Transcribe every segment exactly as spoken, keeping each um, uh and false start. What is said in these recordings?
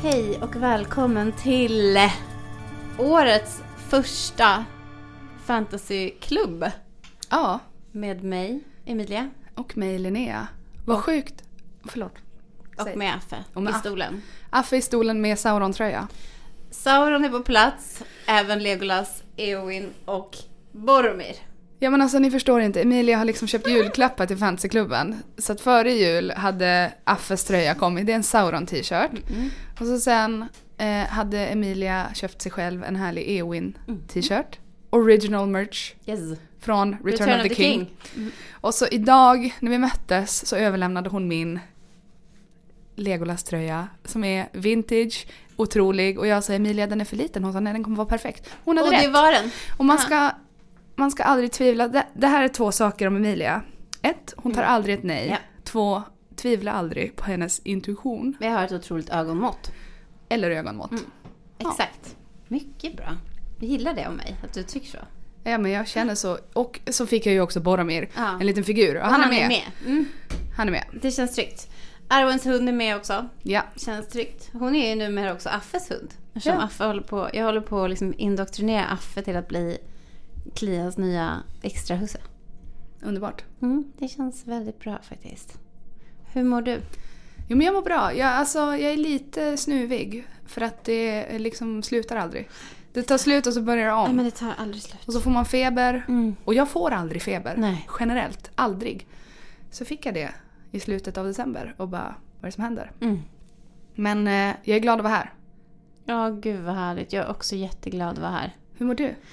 Hej och välkommen till årets första fantasyklubb. Ja. Med mig, Emilia. Och mig, Linnea. Vad sjukt. Förlåt. Och Säg. med Affe och med i Affe. stolen. Affe i stolen med Sauron-tröja. Sauron är på plats. Även Legolas, Eowyn och Boromir. Ja men alltså ni förstår inte. Emilia har liksom köpt julklappar till fantasyklubben. Så att före jul hade Affes tröja kommit. Det är en Sauron-t-shirt. Mm. Och så sen eh, hade Emilia köpt sig själv en härlig Eowyn-t-shirt. Mm. Original merch. Yes. Från Return, Return of the, the King. King. Mm. Och så idag när vi möttes så överlämnade hon min Legolas-tröja som är vintage, otrolig. Och jag sa, Emilia, den är för liten. Hon sa, nej, den kommer vara perfekt. Hon hade och rätt. det var den. Och man ska, man ska aldrig tvivla. Det, det här är två saker om Emilia. Ett, hon tar mm. aldrig ett nej. Ja. Två, tvivla aldrig på hennes intuition. Vi har ett otroligt ögonmått. Eller ögonmått. Mm. Exakt. Ja. Mycket bra. Jag gillar det om mig, att du tycker så. Ja, men jag känner så. Och så fick jag ju också Boromir, ja. en liten figur. Och, och han, han är med. med. med. Mm. Han är med. Det känns tryggt. Arwens hund är med också. Ja. Känns tryggt. Hon är ju numera också Affes hund. Eftersom ja. Affe håller på, jag håller på att liksom indoktrinera Affe till att bli Klias nya extra husse. Underbart. Mm, det känns väldigt bra faktiskt. Hur mår du? Jo, men jag mår bra. Jag, alltså, jag är lite snuvig. För att det liksom slutar aldrig. Det tar slut och så börjar det om. Nej, men det tar aldrig slut. Och så får man feber. Mm. Och jag får aldrig feber. Nej. Generellt. Aldrig. Så fick jag det i slutet av december. Och bara, vad är det som händer? Mm. Men eh, jag är glad att vara här. Ja, gud vad härligt. Jag är också jätteglad att vara här. Hur mår du?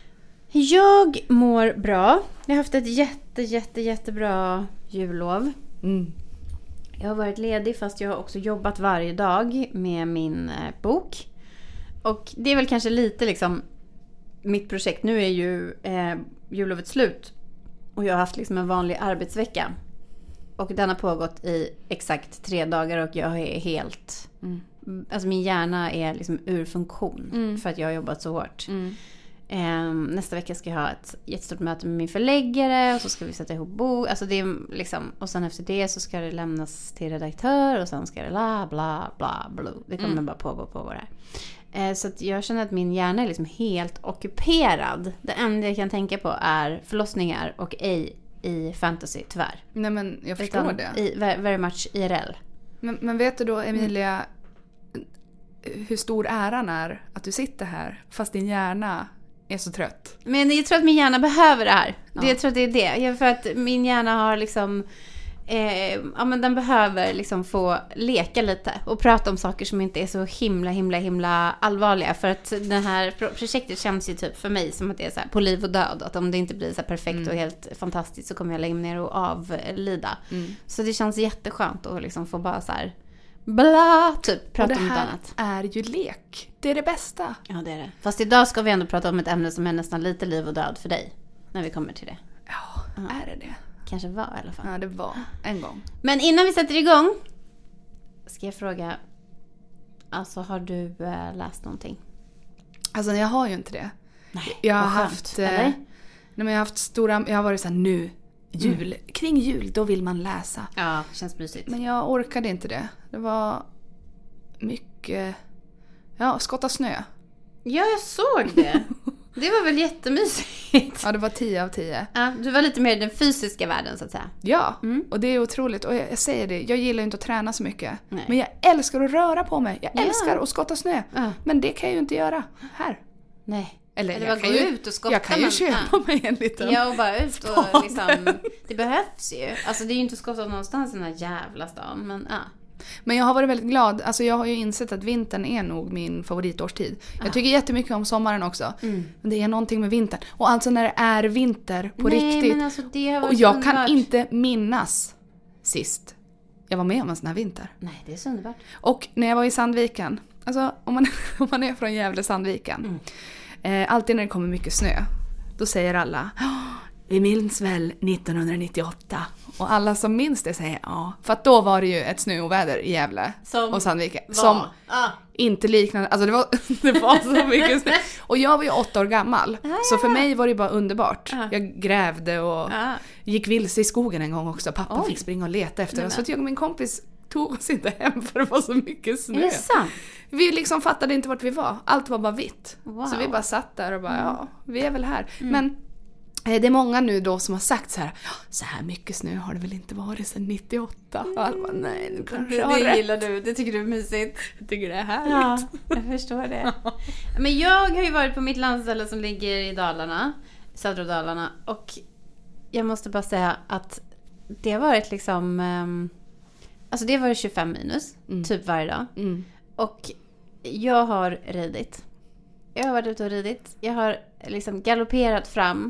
Jag mår bra. Jag har haft ett jätte, jätte, jättebra jullov. Mm. Jag har varit ledig fast jag har också jobbat varje dag med min eh, bok. Och det är väl kanske lite liksom mitt projekt. Nu är ju eh, jullovet slut. Och jag har haft liksom en vanlig arbetsvecka. Och den har pågått i exakt tre dagar. Och jag är helt... Mm. Alltså min hjärna är liksom ur funktion. Mm. För att jag har jobbat så hårt. Mm. Eh, nästa vecka ska jag ha ett jättestort möte med min förläggare. Och så ska vi sätta ihop bok. Alltså det är liksom, och sen efter det så ska det lämnas till redaktör. Och sen ska det la bla bla bla. Det kommer mm. bara pågå på det här. Så att jag känner att min hjärna är liksom helt ockuperad. Det enda jag kan tänka på är förlossningar och ej i fantasy, tyvärr. Nej, men jag förstår Utan det. I, very much I R L. Men, men vet du då, Emilia, mm. hur stor äran är att du sitter här fast din hjärna är så trött? Men jag tror att min hjärna behöver det här. Ja. Jag tror att det är det. För att min hjärna har liksom... Eh, ja, men den behöver liksom få leka lite och prata om saker som inte är så himla himla himla allvarliga, för att det här projektet känns ju typ för mig som att det är så här på liv och död, att om det inte blir så här perfekt mm. och helt fantastiskt så kommer jag lägga mig ner och avlida. Mm. Så det känns jätteskönt att liksom få bara så här bla, typ prata om något annat. Det här är ju lek. Det är det bästa. Ja, det är det. Fast idag ska vi ändå prata om ett ämne som är nästan lite liv och död för dig när vi kommer till det. Ja, uh-huh. är det det? Kanske var i alla fall. Ja, det var en gång. Men innan vi sätter igång ska jag fråga, alltså har du äh, läst någonting? Alltså jag har ju inte det. Nej, jag har vad skönt, haft eller? Nej, men jag har haft stora, jag har varit så här nu jul, mm. kring jul då vill man läsa. Ja, det känns mysigt. Men jag orkade inte det. Det var mycket ja, skotta snö. Ja, jag såg det. Det var väl jättemysigt. Ja, det var tio av tio. Ja, du var lite mer i den fysiska världen så att säga. Ja, mm. och det är otroligt. Och jag, jag säger det, jag gillar inte att träna så mycket. Nej. Men jag älskar att röra på mig. Jag ja. älskar att skotta snö. Ja. Men det kan jag ju inte göra här. Nej. Eller, Eller jag bara gå ju, ut och skotta. Jag kan ju köpa ja. mig en liten Ja, och bara ut och liksom, det behövs ju. Alltså det är ju inte skottat någonstans i den här jävla stan, men ja. Men jag har varit väldigt glad. Alltså jag har ju insett att vintern är nog min favoritårstid. Jag tycker jättemycket om sommaren också. Mm. Men det är någonting med vintern. Och alltså när det är vinter på Nej, riktigt. Men alltså det har varit och jag underbart. kan inte minnas sist jag var med om en sån här vinter. Nej, det är så underbart. Och när jag var i Sandviken. Alltså om man, om man är från Gävle Sandviken. Mm. Eh, alltid när det kommer mycket snö. Då säger alla... Vi minns väl nittonhundranittioåtta. Och alla som minns det säger ja. För att då var det ju ett snöoväder i Gävle som och Sandviken. Var. Som ah. inte liknande. Alltså det var, det var så mycket snö. Och jag var ju åtta år gammal. Ah, ja. Så för mig var det bara underbart. Ah. Jag grävde och ah. gick vilse i skogen en gång också. Pappa Oj. fick springa och leta efter oss. Så att jag och min kompis tog oss inte hem för det var så mycket snö. Är det sant? Vi liksom fattade inte vart vi var. Allt var bara vitt. Wow. Så vi bara satt där och bara, Mm. ja, vi är väl här. Mm. Men eh, det är många nu då som har sagt så här, "Ja, så här mycket snö har det väl inte varit sedan nittioåtta. Och alla bara, nej, du kanske har Det rätt. gillar du, det tycker du är mysigt. Jag tycker det är härligt. Ja, jag förstår det. Men jag har ju varit på mitt landställe som ligger i Dalarna, södra Dalarna, och jag måste bara säga att det har varit liksom, um, alltså det har varit tjugofem minus, Mm. typ varje dag. Mm. Och jag har ridit. Jag har varit ute och ridit. Jag har liksom galopperat fram.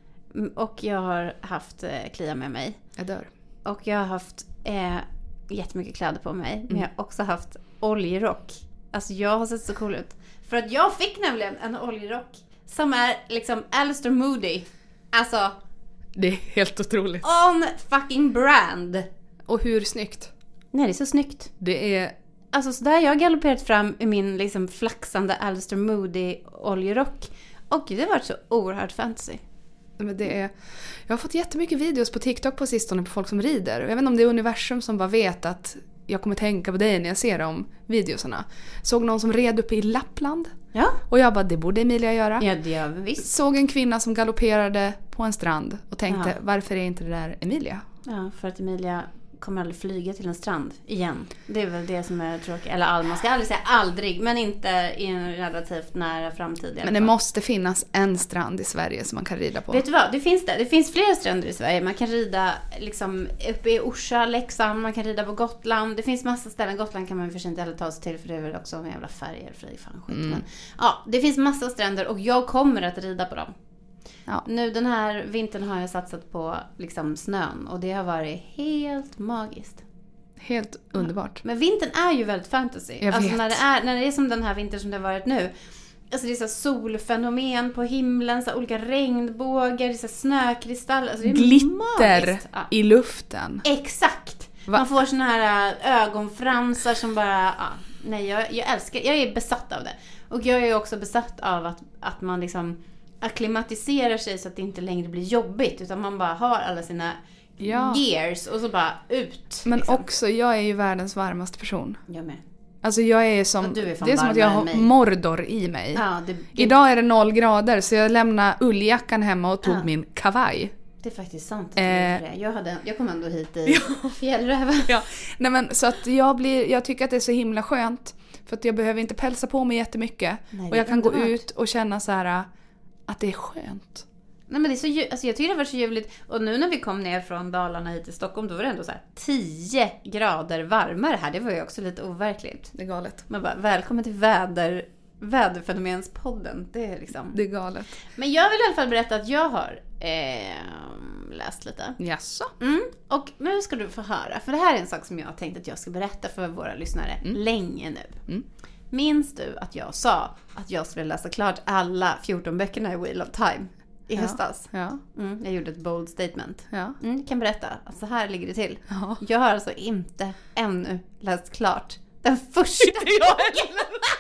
Och jag har haft eh, klia med mig. Jag dör. Och jag har haft eh, jättemycket kläder på mig. Men Mm. jag har också haft oljerock. Alltså jag har sett så cool ut. För att jag fick nämligen en oljerock som är liksom Alistair Moody. Alltså Det är helt otroligt. on fucking brand. Och hur snyggt. Nej, det är så snyggt. Det är... Alltså så där jag har galopperat fram i min liksom flaxande Alistair Moody oljerock. Och det har varit så oerhört fancy. Men det är... Jag har fått jättemycket videos på TikTok på sistone på folk som rider. Jag vet inte om det är universum som bara vet att jag kommer tänka på dig när jag ser de videosarna. Såg någon som red uppe i Lappland. Ja. Och jag bara, det borde Emilia göra. Ja, det gör vi visst. Såg en kvinna som galopperade på en strand och tänkte, Ja. varför är inte det där Emilia? Ja, för att Emilia kommer aldrig flyga till en strand igen. Det är väl det som är tråkigt. Eller all, man ska aldrig säga aldrig, men inte i en relativt nära framtid. i alla Men det fall. måste finnas en strand i Sverige som man kan rida på. Vet du vad? Det finns det. Det finns flera stränder i Sverige. Man kan rida liksom uppe i Orsa, Leksand. Man kan rida på Gotland. Det finns massa ställen. Gotland kan man ju för sig inte heller ta sig till, för det är väl också en jävla färger. För det är fan skit. Mm. Men, ja, det finns massa stränder och jag kommer att rida på dem. Ja. Nu den här vintern har jag satsat på liksom snön. Och det har varit helt magiskt. Helt underbart. Men vintern är ju väldigt fantasy. Jag alltså vet. när det, är, när det är som den här vintern som det har varit nu. Alltså det är så här solfenomen på himlen, så här olika regnbågar, det är så här snökristaller. Alltså det är Glitter magiskt. Ja. i luften. Exakt. Va? Man får såna här äh, ögonfransar som bara, ja, nej jag, jag älskar, jag är besatt av det. Och jag är också besatt av att, att man liksom akklimatiserar sig så att det inte längre blir jobbigt, utan man bara har alla sina Ja. gears och så bara ut. Men liksom. också, jag är ju världens varmaste person. Jag med. Alltså jag är som, Ja, du är fan det är som att jag varmare har än mig. Mordor i mig. Ja, det, det, Idag är det noll grader så jag lämnade ulljackan hemma och tog Ja. min kavaj. det är faktiskt sant. Eh. Eh. Det. Jag, hade, jag kom ändå hit i fjällräven. Ja. Nej men så att jag blir, jag tycker att det är så himla skönt. För att jag behöver inte pälsa på mig jättemycket. Nej, och det jag är kan gå underbart. ut och känna så här att det är skönt. Nej, men det är så, ju- alltså jag tycker det var så ljuvligt. Och nu när vi kom ner från Dalarna hit till Stockholm, då var det ändå så här tio grader varmare här. Det var ju också lite overkligt. Det är galet. Man bara, välkommen till väder, väderfenomenspodden. Det är liksom. Det är galet. Men jag vill i alla fall berätta att jag har eh, läst lite. Jaså? Mm. Och nu ska du få höra. För det här är en sak som jag har tänkt att jag ska berätta för våra lyssnare Mm. länge nu. Mm. Minns du att jag sa att jag skulle läsa klart alla fjorton böckerna i Wheel of Time i Ja. höstas? Ja. Mm, jag gjorde ett bold statement. Ja. Mm, jag kan berätta att så här ligger det till. Ja. Jag har alltså inte ännu läst klart den första boken.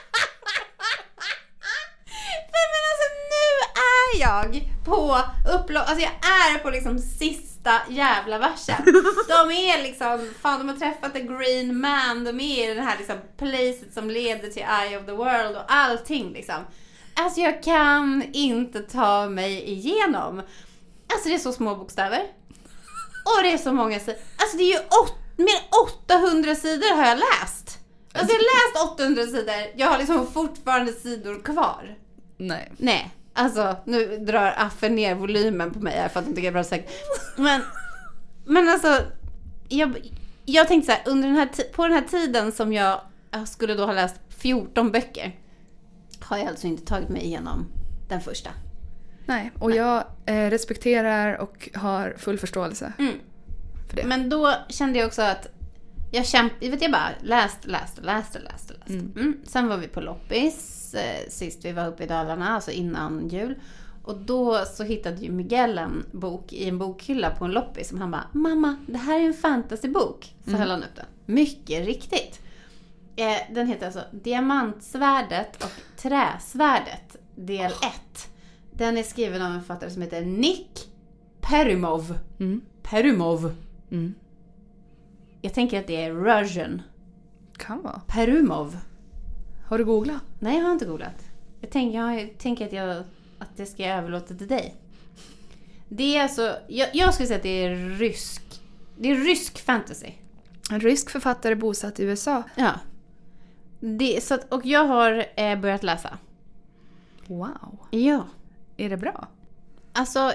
Men alltså nu är jag på upplå... Alltså jag är på liksom sista jävla versen. De är liksom... Fan, de har träffat the green man. De är i den här liksom placet som leder till Eye of the World och allting liksom. Alltså jag kan inte ta mig igenom. Alltså det är så små bokstäver. Och det är så många sidor. Alltså det är ju åt, mer än åttahundra sidor har jag läst. Alltså jag har läst åttahundra sidor. Jag har liksom fortfarande sidor kvar. Nej. Nej, alltså nu drar Affen ner volymen på mig här för att jag inte är bra säker. Men, men alltså jag, jag tänkte så här, under den här, på den här tiden som jag, jag skulle då ha läst fjorton böcker, har jag alltså inte tagit mig igenom den första. Nej, och jag eh, respekterar och har full förståelse Mm. för det. Men då kände jag också att jag kämpade, vet jag bara läste, läste, läste, läste, läste. Mm. Mm. Sen var vi på loppis eh, sist vi var uppe i Dalarna, alltså innan jul. Och då så hittade ju Miguel en bok i en bokhylla på en loppis som han bara, mamma, det här är en fantasybok. Så Mm. höll han upp den. Mycket riktigt. Eh, den heter alltså Diamantsvärdet och Träsvärdet del ett. Den är skriven av en författare som heter Nick Perumov. Mm. Perumov. Mm. Jag tänker att det är Russian. Kan vara. Perumov. Har du googlat? Nej, jag har inte googlat. Jag tänker, jag tänker att, jag, att det ska jag överlåta till dig. Det är alltså... Jag, jag skulle säga att det är rysk... Det är rysk fantasy. En rysk författare bosatt i U S A. Ja. Det, så att, och jag har eh, börjat läsa. Wow. Ja. Är det bra? Alltså...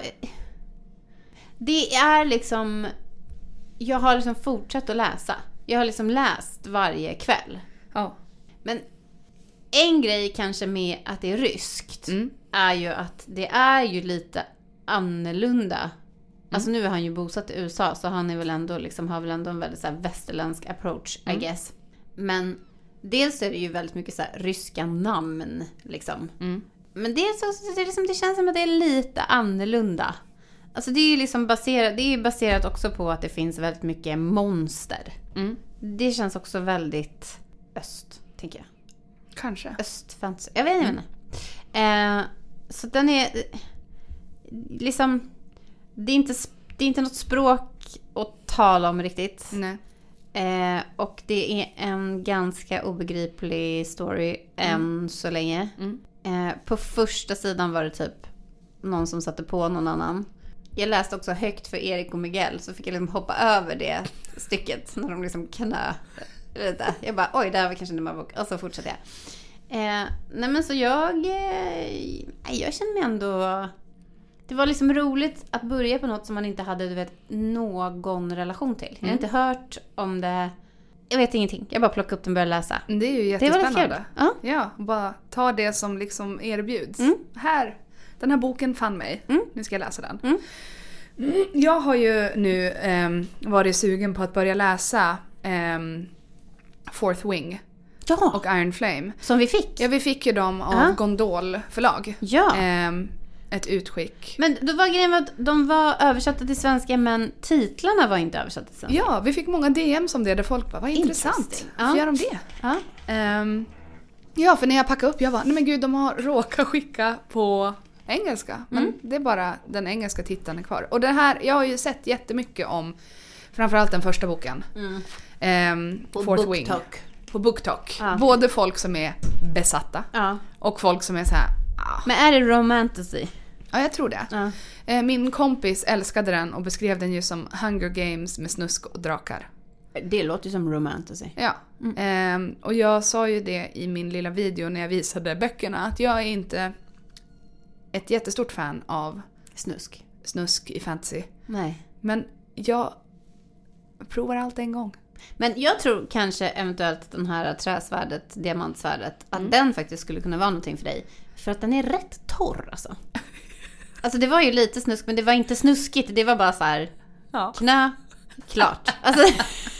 Det är liksom... Jag har liksom fortsatt att läsa. Jag har liksom läst varje kväll. Ja. Men en grej kanske med att det är ryskt Mm. är ju att det är ju lite annorlunda. Mm. Alltså nu är han ju bosatt i U S A, så han är väl ändå liksom, har väl ändå en väldigt så här västerländsk approach, mm. I guess. Men dels är det ju väldigt mycket så här ryska namn liksom. Mm. Men dels så det, liksom, det känns som att det är lite annorlunda. Alltså det är ju liksom baserat, det är ju baserat också på att det finns väldigt mycket monster. Mm. Det känns också väldigt öst, tänker jag. Kanske. Östfantasy. Jag vet inte. Mm. Eh, så den är liksom, det är inte det är inte något språk att tala om riktigt. Nej. Eh, och det är en ganska obegriplig story mm. än så länge. Mm. Eh, på första sidan var det typ någon som satte på någon annan. Jag läste också högt för Erik och Miguel, så fick jag liksom hoppa över det stycket när de liksom knö lite. Jag bara, oj, det här var kanske inte min bok. Och så fortsatte jag. Eh, nej men så jag eh, jag känner mig ändå, det var liksom roligt att börja på något som man inte hade, du vet, någon relation till. Jag har mm. inte hört om det. Jag vet ingenting. Jag bara plockade upp den och började läsa. Det är ju jättespännande. Det var ja. ja, bara ta det som liksom erbjuds. Mm. Här, den här boken fann mig. Mm. Nu ska jag läsa den. Mm. Mm. Jag har ju nu um, varit sugen på att börja läsa um, Fourth Wing. Ja. Och Iron Flame. Som vi fick. Ja, vi fick ju dem av uh-huh. Gondol förlag. Ja. Um, ett utskick. Men då var grejen att de var översatta till svenska, men titlarna var inte översatta till svenska. Ja, vi fick många D M som det, där folk bara, vad intressant. Varför ja. gör de det? Ja. Um, ja, för när jag packade upp, jag bara, nej men gud, de har råkat skicka på engelska. Men mm. det är bara den engelska titeln är kvar. Och det här, jag har ju sett jättemycket om framförallt den första boken. Mm. Um, på Fourth BookTok. Wing. På BookTok. Ja. Både folk som är besatta ja. och folk som är så här. Ah. Men är det romantasy? Ja, jag tror det. Ja. Min kompis älskade den och beskrev den ju som Hunger Games med snusk och drakar. Det låter ju som romantasy. Ja. Mm. Ehm, och jag sa ju det i min lilla video när jag visade böckerna, att jag är inte ett jättestort fan av snusk. Snusk i fantasy. Nej. Men jag provar allt en gång. Men jag tror kanske eventuellt den här träsvärdet, diamantsvärdet, att mm. den faktiskt skulle kunna vara någonting för dig. För att den är rätt torr alltså. Alltså det var ju lite snusk, men det var inte snuskigt. Det var bara så här, ja. knä, klart. Alltså.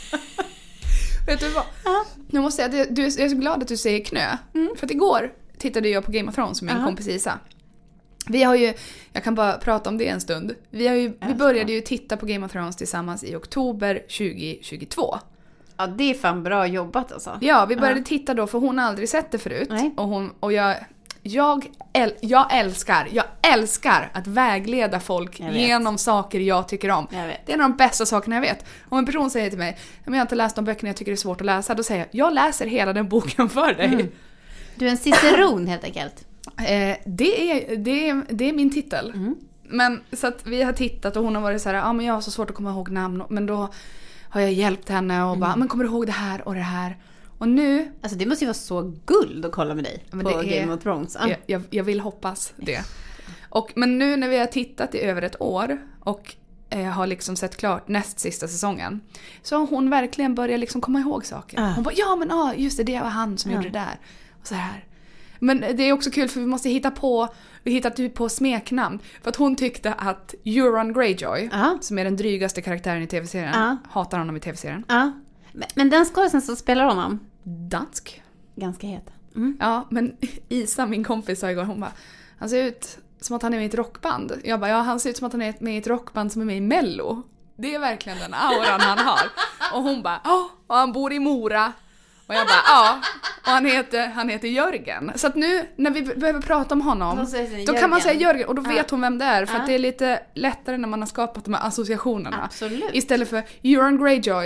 Vet du vad? Ja. Jag måste säga att du, jag är så glad att du säger knö. Mm. För att igår tittade jag på Game of Thrones med min uh-huh. kompis Isa. Vi har ju, jag kan bara prata om det en stund. Vi, har ju, vi började ju titta på Game of Thrones tillsammans i oktober tjugo tjugotvå. Ja, det är fan bra jobbat alltså. Ja, vi började uh-huh. titta då, för hon har aldrig sett det förut. Nej. Och, hon, och jag... Jag, äl, jag älskar jag älskar att vägleda folk genom saker jag tycker om. Jag det är en av de bästa sakerna jag vet. Om en person säger till mig, jag har inte läst de böckerna jag tycker det är svårt att läsa, då säger jag, jag läser hela den boken för dig. Mm. Du är en ciceron helt enkelt. Eh, det, är, det, är, det är min titel. Mm. Men så att vi har tittat och hon har varit så här, ja ah, men jag har så svårt att komma ihåg namn, men då har jag hjälpt henne och mm. bara, men kommer du ihåg det här och det här? Och nu... Alltså det måste ju vara så guld att kolla med dig men på det är, Game of Thrones. Ah. Jag, jag, jag vill hoppas det. Och, men nu när vi har tittat i över ett år och eh, har liksom sett klart näst sista säsongen, så har hon verkligen börjat liksom komma ihåg saker. Ah. Hon bara, ja men ah, just det, det var han som ah. gjorde det där. Och så här. Men det är också kul för vi måste hitta på, vi hittar typ på smeknamn. För att hon tyckte att Euron Greyjoy, ah. som är den drygaste karaktären i tv-serien, ah. hatar honom i tv-serien. Ah. Men den skådespelaren som spelar honom, dansk. Ganska het. Mm. Ja, men Isa, min kompis, sa igår, hon bara, han ser ut som att han är med i ett rockband. Jag bara, ja, han ser ut som att han är med i ett rockband som är med i Mello. Det är verkligen den auran han har. Och hon bara, ja, och han bor i Mora. Och jag bara, ja, och han heter, han heter Jörgen. Så att nu, när vi behöver prata om honom, då Jörgen. Kan man säga Jörgen, och då vet ja. hon vem det är. För ja. att det är lite lättare när man har skapat de här associationerna. Absolut. Istället för Euron Greyjoy,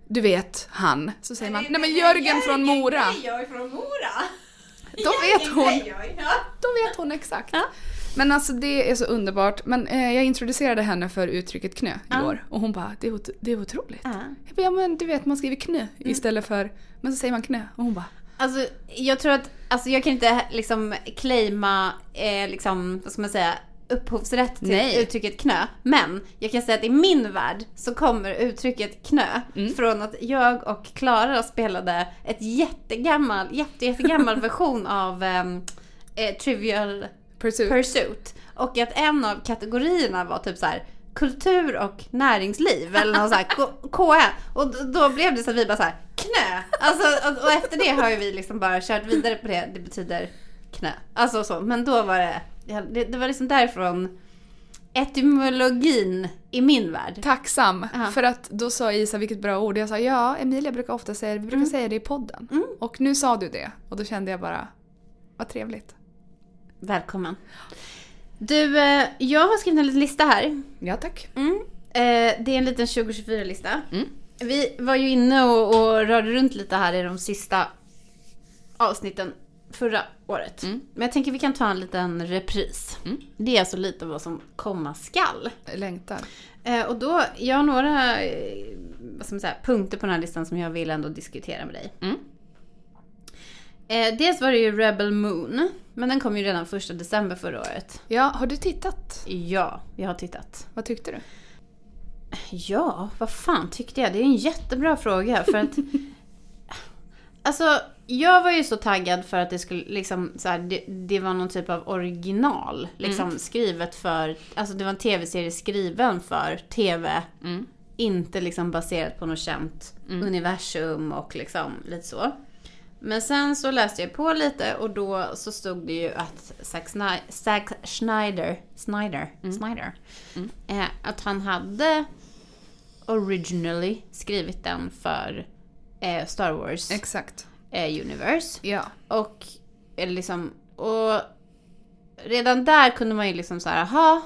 du vet han. Så säger man, nej men Jörgen från Mora. Jag från Mora. Då vet hon. Då vet hon exakt. Ja. Men alltså det är så underbart. Men eh, jag introducerade henne för uttrycket knö igår. Ja. Och hon bara, det är, ot- det är otroligt. Ja. Jag bara, ja men du vet man skriver knö mm. istället för, men så säger man knö. Och hon bara. Alltså jag tror att, alltså jag kan inte liksom claima, eh, liksom, vad ska man säga, upphovsrätt till Nej. uttrycket knö. Men jag kan säga att i min värld så kommer uttrycket knö mm. från att jag och Klara spelade ett jättegammal, jätte, jättegammal version av eh, Trivial Pursuit. Pursuit. Och att en av kategorierna var typ så här kultur och näringsliv eller något så här K N. Och då blev det så att vi bara så här knö. Alltså, och, och efter det har ju vi liksom bara kört vidare på det. Det betyder knö. Alltså så. Men då var det det, det var liksom därifrån etymologin i min värld. Tacksam. Uh-huh. För att då sa Isa vilket bra ord. Jag sa ja, Emilia brukar ofta säga det. Vi brukar mm. säga det i podden. Mm. Och nu sa du det. Och då kände jag bara, vad trevligt. Välkommen. Du, jag har skrivit en liten lista här. Ja, tack. Mm. Det är en liten tjugo tjugofyra-lista. Mm. Vi var ju inne och, och rörde runt lite här i de sista avsnitten förra året. Mm. Men jag tänker vi kan ta en liten repris. Mm. Det är alltså lite vad som komma skall. Längtar. Och då, jag har några vad ska man säga, punkter på den här listan som jag vill ändå diskutera med dig. Mm. Eh, dels var det ju Rebel Moon. Men den kom ju redan första december förra året. Ja, har du tittat? Ja, jag har tittat. Vad tyckte du? Ja, vad fan tyckte jag? Det är en jättebra fråga. För att alltså, jag var ju så taggad för att det skulle liksom så här, det, det var någon typ av original liksom mm. skrivet för, alltså det var en tv-serie skriven för tv. Mm. Inte liksom baserat på något känt mm. universum och liksom lite så. Men sen så läste jag på lite och då så stod det ju att Zack, Sni- Zack Snyder, Snyder, mm. Snyder mm. Eh, att han hade originally skrivit den för eh, Star Wars. Exakt. Eh, universe. Ja. Och eller liksom och redan där kunde man ju liksom så här, aha.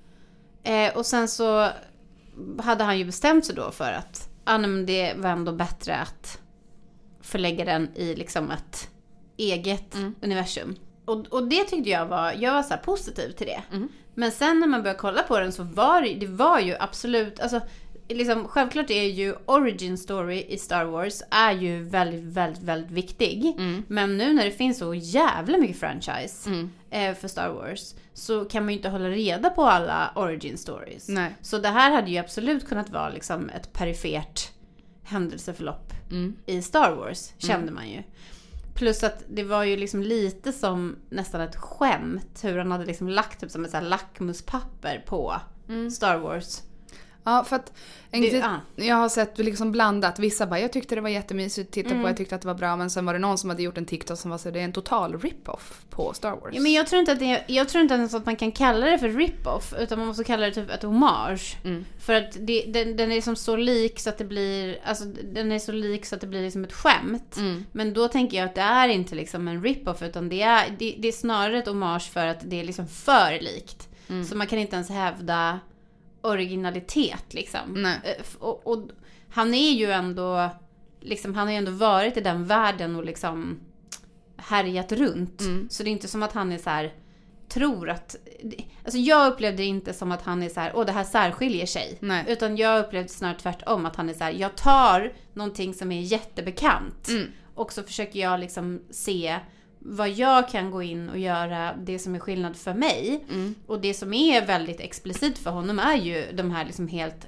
Eh, och sen så hade han ju bestämt sig då för att ah, men det var ändå bättre att förlägga den i liksom ett eget mm. universum. Och, och det tyckte jag var, jag var så här positiv till det. Mm. Men sen när man började kolla på den så var det, det var ju absolut, alltså liksom, självklart är ju origin story i Star Wars är ju väldigt, väldigt, väldigt viktig. Mm. Men nu när det finns så jävla mycket franchise mm. eh, för Star Wars så kan man ju inte hålla reda på alla origin stories. Nej. Så det här hade ju absolut kunnat vara liksom ett perifert händelseförlopp mm. i Star Wars, kände mm. man ju. Plus att det var ju liksom lite som nästan ett skämt hur han hade liksom lagt typ som ett så här lackmuspapper på mm. Star Wars. Ja, för att en det, tid, ah. jag har sett liksom blandat. Vissa bara, jag tyckte det var jättemysigt att titta mm. på, jag tyckte att det var bra. Men sen var det någon som hade gjort en TikTok som var så, det är en total rip-off på Star Wars. Ja, men jag tror inte att det, jag tror inte ens att man kan kalla det för rip-off, utan man måste kalla det typ ett hommage. Mm. För att det, den, den är liksom så lik så att det blir, alltså den är så lik så att det blir liksom ett skämt. Mm. Men då tänker jag att det är inte liksom en rip-off, utan det är, det, det är snarare ett hommage för att det är liksom för likt. Mm. Så man kan inte ens hävda originalitet liksom. Nej. Och, och han är ju ändå liksom, han har ju ändå varit i den världen och liksom härjat runt. Mm. Så det är inte som att han är så här, tror att, alltså jag upplevde det inte som att han är så här, åh det här särskiljer sig. Nej. Utan jag upplevde snarare tvärtom att han är så här, jag tar någonting som är jättebekant mm. och så försöker jag liksom se vad jag kan gå in och göra, det som är skillnad för mig. Mm. Och det som är väldigt explicit för honom är ju de här liksom helt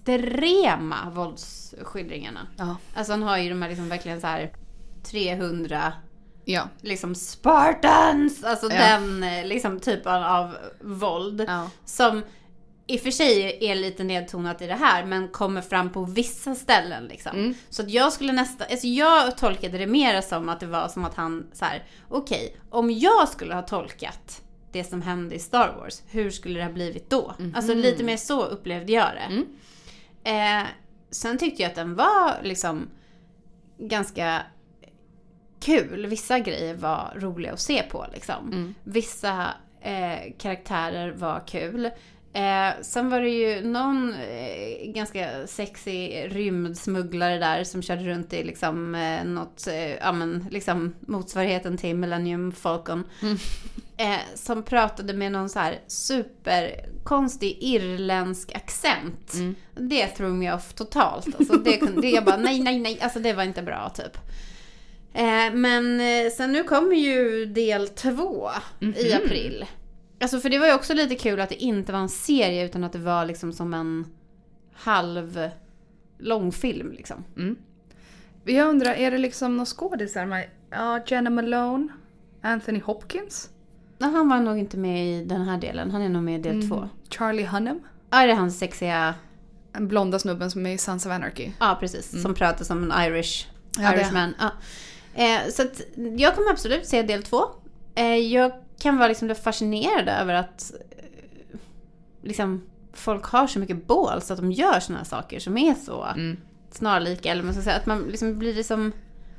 extrema våldsskildringarna. Ja. Alltså han har ju de här liksom verkligen så här trehundra ja. liksom Spartans, alltså ja. den liksom typen av våld ja. som i och för sig är lite nedtonat i det här, men kommer fram på vissa ställen liksom. Mm. Så att jag skulle nästan, alltså jag tolkade det mer som att det var som att han så här, okej, okay, om jag skulle ha tolkat det som hände i Star Wars, hur skulle det ha blivit då? Mm. Alltså lite mer så upplevde jag det. Mm. Eh, sen tyckte jag att den var liksom ganska kul. Vissa grejer var roliga att se på liksom. Mm. Vissa eh, karaktärer var kul. Eh, sen var det ju någon eh, ganska sexig rymdsmugglare där som körde runt i liksom eh, något, eh, ja men liksom motsvarigheten till Millennium Falcon. Mm. Eh, som pratade med någon så här superkonstig irländsk accent. Mm. Det threw me off totalt. Alltså det kunde, det jag bara nej, nej, nej. Alltså det var inte bra typ. Eh, men eh, sen nu kommer ju del två mm-hmm. i april. Alltså för det var ju också lite kul att det inte var en serie utan att det var liksom som en halv långfilm liksom. Mm. Jag undrar, är det liksom någon skådisar med? Ja, Jenna Malone, Anthony Hopkins? Nej, han var nog inte med i den här delen. Han är nog med i del mm. två. Charlie Hunnam? Ja, det är han sexiga... En blonda snubben som är i Sons of Anarchy. Ja, precis. Mm. Som pratar som en Irish, ja, Irishman. Ja. Eh, så att jag kommer absolut se del två. Eh, jag kan vara liksom fascinerad över att eh, liksom, folk har så mycket bål så att de gör såna här saker som är så mm. snarlika. Eller man ska säga att man liksom blir det som...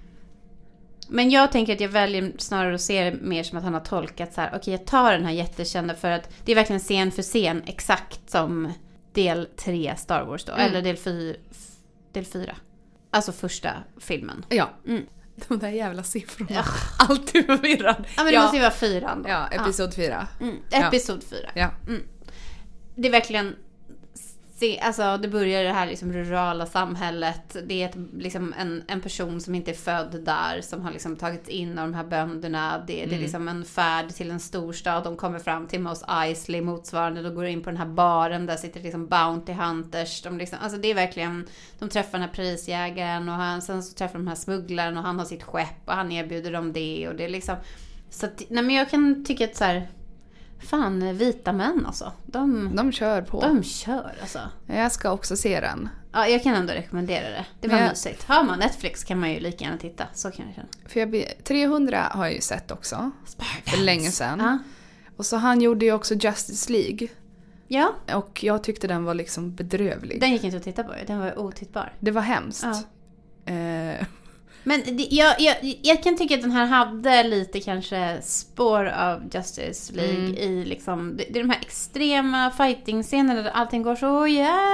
Men jag tänker att jag väljer snarare att se det mer som att han har tolkat så här. Okej, okay, jag tar den här jättekända för att det är verkligen scen för scen exakt som del tre Star Wars då. Mm. Eller del fyra. Del fyra. Alltså första filmen. Ja. Mm. De där jävla siffrorna. Ja. Alltid förvirrad. Ja, men det ja. måste ju vara fyran då. Ja, episod ja. fyra. Mm. Episod fyra. Ja. Mm. Det är verkligen... Se, alltså det börjar i det här liksom rurala samhället. Det är ett, liksom en, en person som inte är född där som har liksom tagit in av de här bönderna. Det, mm. det är liksom en färd till en storstad. De kommer fram till Mos Eisley motsvarande. De går in på den här baren. Där sitter liksom Bounty Hunters. De liksom, alltså det är verkligen, de träffar den här prisjägaren och han, sen så träffar de här smugglaren och han har sitt skepp och han erbjuder dem det. Och det är liksom, så att, nej men jag kan tycka att så här, fan, vita män alltså. De, de kör på. De kör alltså. Jag ska också se den. Ja, jag kan ändå rekommendera det. Det var jag... mysigt. Har man Netflix kan man ju lika gärna titta. Så kan jag känna. För jag be... trehundra har jag ju sett också. Spartans. För länge sedan. Ja. Och så han gjorde ju också Justice League. Ja. Och jag tyckte den var liksom bedrövlig. Den gick inte att titta på. Den var otittbar. Det var hemskt. Ja. Eh... Men det, jag, jag, jag kan tycka att den här hade lite kanske spår av Justice League mm. i liksom, det, det är de här extrema fighting-scenerna där allting går så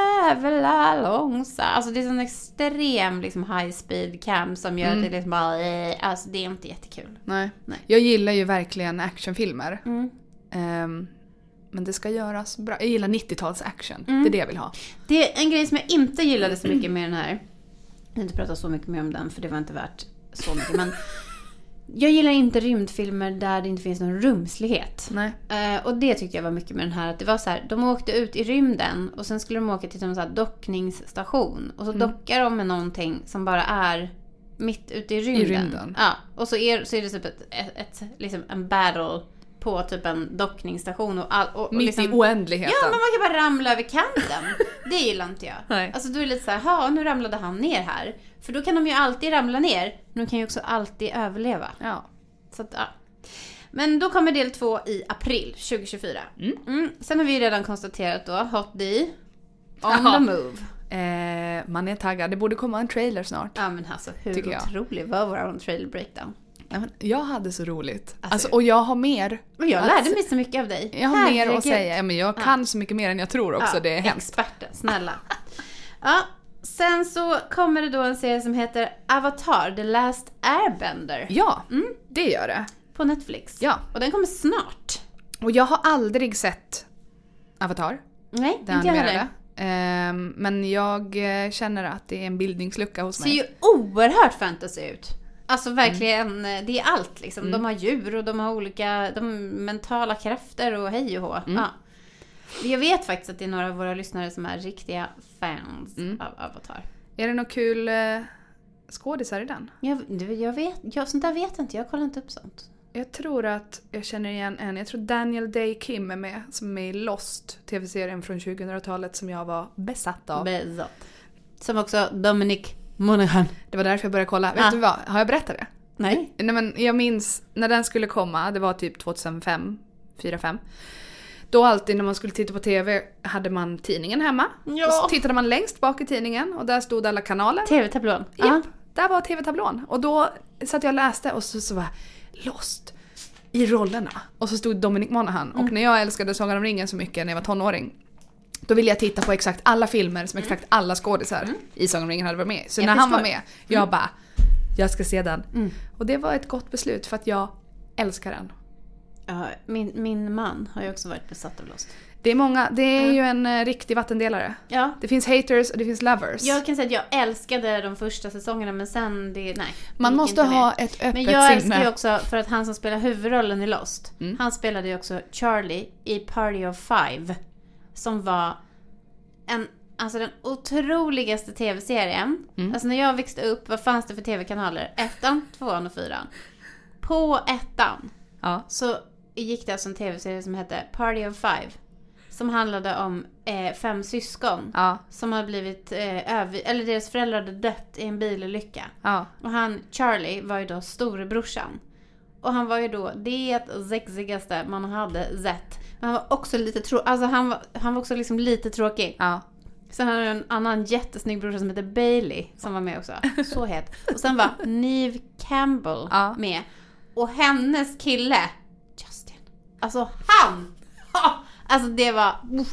jävla långsamt. Alltså det är sån extrem liksom high speed cam som gör mm. att det liksom bara, alltså det är inte jättekul. Nej. Nej. Jag gillar ju verkligen actionfilmer. Mm. Um, men det ska göras bra. Jag gillar nittio-tals action. Mm. Det är det jag vill ha. Det är en grej som jag inte gillade så mycket med den här. Jag har inte pratat så mycket mer om den för det var inte värt så mycket. Men jag gillar inte rymdfilmer där det inte finns någon rumslighet. Nej. Uh, och det tyckte jag var mycket med den här. Att det var så här, de åkte ut i rymden och sen skulle de åka till en så här dockningsstation. Och så mm. dockar de med någonting som bara är mitt ute i rymden. I rymden. Ja, och så är, så är det typ ett, ett, ett, liksom en battle på typ en dockningsstation. Och all, och, och mitt liksom, i oändligheten. Ja, men man kan bara ramla över kanten. Det gillar inte jag. Nej. Alltså då är det lite så här, ja nu ramlade han ner här. För då kan de ju alltid ramla ner. Men de kan ju också alltid överleva. Ja. Så att, ja. Men då kommer del två i april tjugo tjugofyra. Mm. Mm. Sen har vi ju redan konstaterat då, Hot D, On Aha. the Move. Eh, man är taggad. Det borde komma en trailer snart. Ja men alltså, hur otrolig var vår trailer breakdown? Ja, men jag hade så roligt. Alltså, alltså, och jag har mer. Och jag lärde mig så mycket av dig. Jag har Herregud. mer att säga. Ja, men jag kan ja. så mycket mer än jag tror också. Ja, det är hemskt. Experten, snälla. Ja, sen så kommer det då en serie som heter Avatar, The Last Airbender. Ja, mm. det gör det. På Netflix. Ja. Och den kommer snart. Och jag har aldrig sett Avatar. Nej, det inte jag heller. Um, men jag känner att det är en bildningslucka hos mig. Det ser ju oerhört fantasy ut. Alltså verkligen, mm. det är allt liksom. Mm. De har djur och de har olika de mentala krafter och hej och hå. Mm. Ja. Jag vet faktiskt att det är några av våra lyssnare som är riktiga fans mm. av Avatar. Är det något kul eh, skådisar i den? Jag, jag vet, jag, sånt där vet inte, jag kollar inte upp sånt. Jag tror att jag känner igen en, jag tror Daniel Day-Kim är med, som är med i Lost, tv-serien från tjugohundratalet som jag var besatt av. Besatt. Som också Dominic Monaghan. Det var därför jag började kolla. Ah. Vet du vad? Har jag berättat det? Nej. Nej, men jag minns när den skulle komma, det var typ tjugohundrafem, fyra fem. Då alltid när man skulle titta på tv hade man tidningen hemma. Ja. Och så tittade man längst bak i tidningen och där stod alla kanaler. Tv-tablån. Japp, där var tv-tablån. Och då satt jag och läste och så, så var Lost i rollerna. Och så stod Dominic Monaghan. Mm. Och när jag älskade Sagan om ringen så mycket när jag var tonåring Då ville jag titta på exakt alla filmer som exakt alla skådisar mm. i Sagan om ringen hade varit med. Så jag när förstår. han var med, jag mm. bara, jag ska se den. Mm. Och det var ett gott beslut för att jag älskar den. Ja, min, min man har ju också varit besatt av Lost. Det är många, det är mm. ju en uh, riktig vattendelare. Ja. Det finns haters och det finns lovers. Jag kan säga att jag älskade de första säsongerna, men sen, det, nej. Man måste ha mer. ett öppet sinne. Men jag sinne. älskar ju också, för att han som spelar huvudrollen i Lost, mm. han spelade ju också Charlie i Party of Five, som var en, alltså den otroligaste tv-serien. Mm. Alltså när jag växte upp, vad fanns det för tv-kanaler? Ettan, tvåan och fyran. På ettan ja. så gick det alltså en tv-serie som hette Party of Five, som handlade om eh, fem syskon ja. som hade blivit eh, över, eller deras föräldrar hade dött i en bilolycka. Ja. Och han, Charlie, var ju då storebrorsan. Och han var ju då det sexigaste man hade sett. Men han var också lite trå- alltså han var, han var också liksom lite tråkig. Ja. Sen hade en annan jättesnygg brorsa som heter Bailey som var med också. Så het. Och sen var Neve Campbell ja. med. Och hennes kille, Justin. Alltså han! Ha! Alltså det var...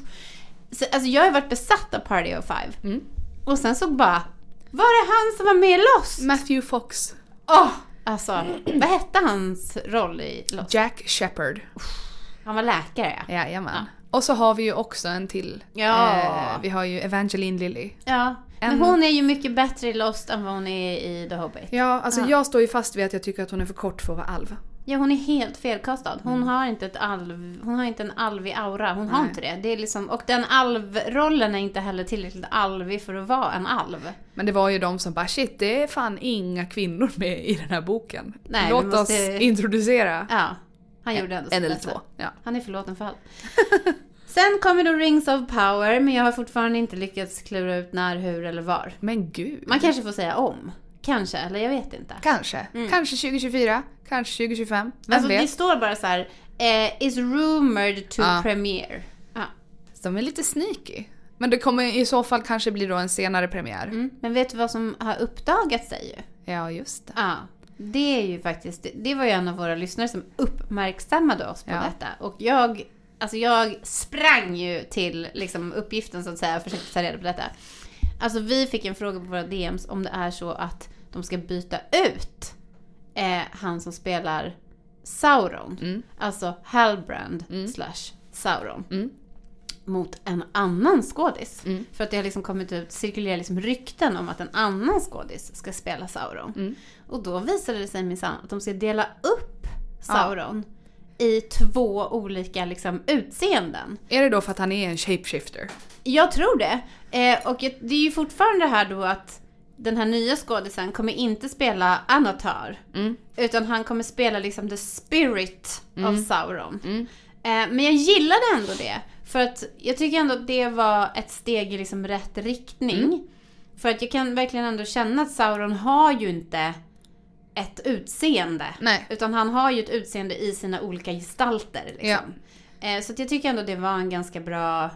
Så, alltså jag har varit besatt av Party of Five. Mm. Och sen så bara... Var det han som var med i Lost? Matthew Fox. Åh! Oh, alltså, vad hette hans roll i Lost? Jack Shepard. Han var läkare, ja. Jajamän. Ja. Och så har vi ju också en till. Ja. Eh, vi har ju Evangeline Lilly. Ja, men en... hon är ju mycket bättre i Lost än vad hon är i The Hobbit. Ja, alltså ja. jag står ju fast vid att jag tycker att hon är för kort för att vara alv. Ja, hon är helt felkastad. Hon mm. har inte ett alv, hon har inte en alvig aura. Hon Nej. har inte det. Det är liksom, och den alvrollen är inte heller tillräckligt alvig för att vara en alv. Men det var ju de som bara, shit, det är fan inga kvinnor med i den här boken. Nej, låt måste... oss introducera. Ja, han gjorde ändå en eller två. Ja. Han är förlåten för allt. Sen kommer då Rings of Power, men jag har fortfarande inte lyckats klura ut när, hur eller var. Men gud. Man kanske får säga om. Kanske, eller jag vet inte. Kanske. Mm. Kanske tjugo tjugofyra, kanske tjugo tjugofem. Vem alltså vet? Det står bara så här, eh, is rumored to ja. premiere. Ja. De är lite sneaky. Men det kommer i så fall kanske bli då en senare premiär. Mm. Men vet du vad som har uppdagats sig ju? Ja, just det. Ja. Det är ju faktiskt, det, det var ju en av våra lyssnare som uppmärksammade oss på ja. detta. Och jag, alltså jag sprang ju till liksom uppgiften så att säga och försökte ta reda på detta. Alltså vi fick en fråga på våra D Ms om det är så att de ska byta ut eh, han som spelar Sauron. Mm. Alltså Halbrand mm. slash Sauron. Mm. Mot en annan skådis. Mm. För att det har liksom kommit ut, cirkulerar liksom rykten om att en annan skådis ska spela Sauron. Mm. Och då visade det sig minsann att de ska dela upp Sauron ja. i två olika liksom utseenden. Är det då för att han är en shapeshifter? Jag tror det. Eh, och det är ju fortfarande här då att den här nya skådisen kommer inte spela Anatar. Mm. Utan han kommer spela liksom the spirit mm. of Sauron. Mm. Eh, men jag gillade ändå det. För att jag tycker ändå att det var ett steg i liksom rätt riktning. Mm. För att jag kan verkligen ändå känna att Sauron har ju inte ett utseende. Nej. Utan han har ju ett utseende i sina olika gestalter. Liksom. Ja. Eh, så att jag tycker ändå att det var en ganska bra...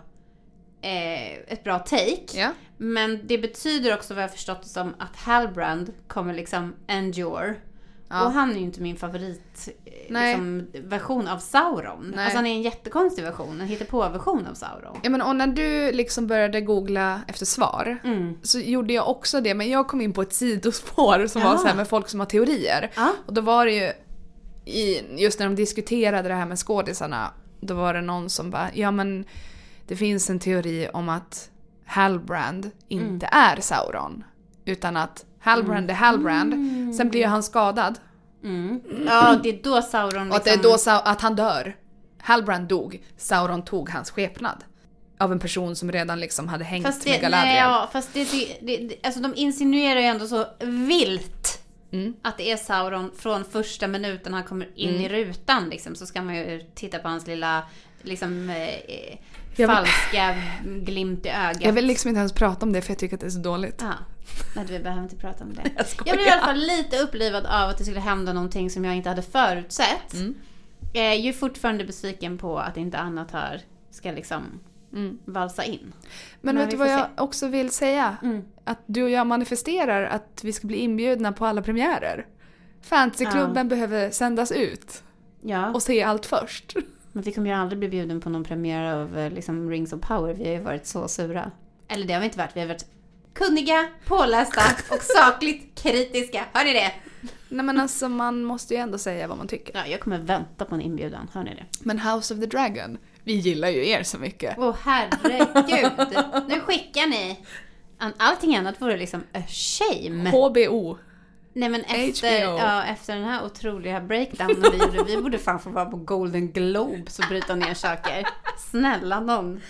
Eh, ett bra take. Ja. Men det betyder också, vad jag förstått det som, att Halbrand kommer liksom endure. Ja. Och han är ju inte min favorit liksom, version av Sauron. Nej. Alltså han är en jättekonstig version, en hittepå-version av Sauron. Ja, men och när du liksom började googla efter svar mm. så gjorde jag också det, men jag kom in på ett sidospår som ja. var så här med folk som har teorier. Ja. Och då var det ju i, just när de diskuterade det här med skådisarna, då var det någon som bara, ja men det finns en teori om att Halbrand inte mm. är Sauron, utan att Halbrand mm. är Halbrand. Mm. Sen blir han skadad. Mm. Ja, det är då Sauron liksom... Och att det är då att han dör. Halbrand dog. Sauron tog hans skepnad. Av en person som redan liksom hade hängt fast det, med Galadriel. Nej, ja, fast det, det, det, alltså de insinuerar ju ändå så vilt mm. att det är Sauron från första minuten han kommer in mm. i rutan. Liksom, så ska man ju titta på hans lilla... liksom... Eh, falska vill, glimt i ögat. Jag vill liksom inte ens prata om det för jag tycker att det är så dåligt. Ja, nej, vi behöver inte prata om det. Jag, jag blev i alla fall lite upplivad av att det skulle hända någonting som jag inte hade förutsett. Mm. Jag är ju fortfarande besviken på att inte annat här ska liksom mm. valsa in. Men, Men vet du vad jag se. också vill säga? Mm. Att du och jag manifesterar att vi ska bli inbjudna på alla premiärer. Fantasyklubben ja. behöver sändas ut. Ja. Och se allt först. Men vi kommer ju aldrig bli bjuden på någon premiär av liksom, Rings of Power. Vi har ju varit så sura. Eller det har vi inte varit. Vi har varit kunniga, pålästa och sakligt kritiska. Hör ni det? Nej, men alltså man måste ju ändå säga vad man tycker. Ja, jag kommer vänta på en inbjudan. Hör ni det? Men House of the Dragon, vi gillar ju er så mycket. Åh, herregud. Nu skickar ni. Allting annat vore liksom a shame. H B O. Nej, men efter, ja, efter den här otroliga breakdownen vi gjorde, vi borde fan få vara på Golden Globes och bryta ner saker. Snälla någon.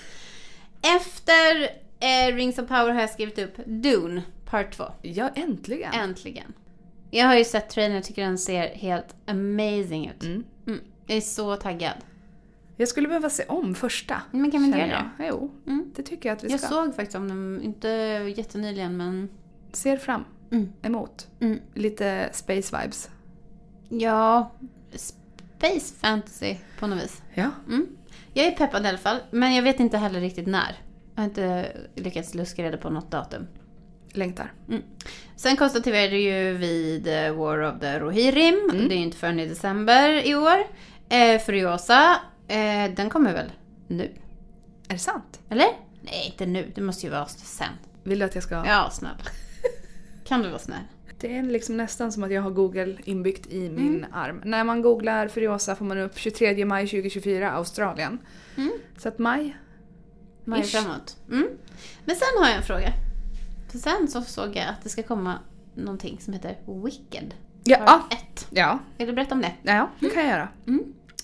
Efter eh, Rings of Power har jag skrivit upp Dune, part två. Ja, äntligen. Äntligen. Jag har ju sett trailern, tycker den ser helt amazing ut. Mm. Mm. Jag är så taggad. Jag skulle behöva se om första. Men kan man göra det? Jo, mm. det tycker jag att vi jag ska. Jag såg faktiskt om den, inte jättenyligen, men... Ser fram mm. emot. Mm. Lite space vibes. Ja, space fantasy på något vis. Ja. Mm. Jag är peppad i alla fall, men jag vet inte heller riktigt när. Jag har inte lyckats luska reda på något datum. Längtar. Mm. Sen konstaterade ju vid War of the Rohirrim. Mm. Det är inte förrän i december i år. Eh, Furiosa, eh, den kommer väl nu? Är det sant? Eller? Nej, inte nu. Det måste ju vara sen. Vill du att jag ska... Ja, snälla. Kan du vara snäll? Det är liksom nästan som att jag har Google inbyggt i min mm. arm. När man googlar Furiosa får man upp tjugotredje maj tjugohundratjugofyra, Australien. Mm. Så att maj... Maj framåt. Mm. Men sen har jag en fråga. För sen så såg jag att det ska komma någonting som heter Wicked. Ja. ett. Ja. Vill du berätta om det? Ja, det kan jag göra. Mm.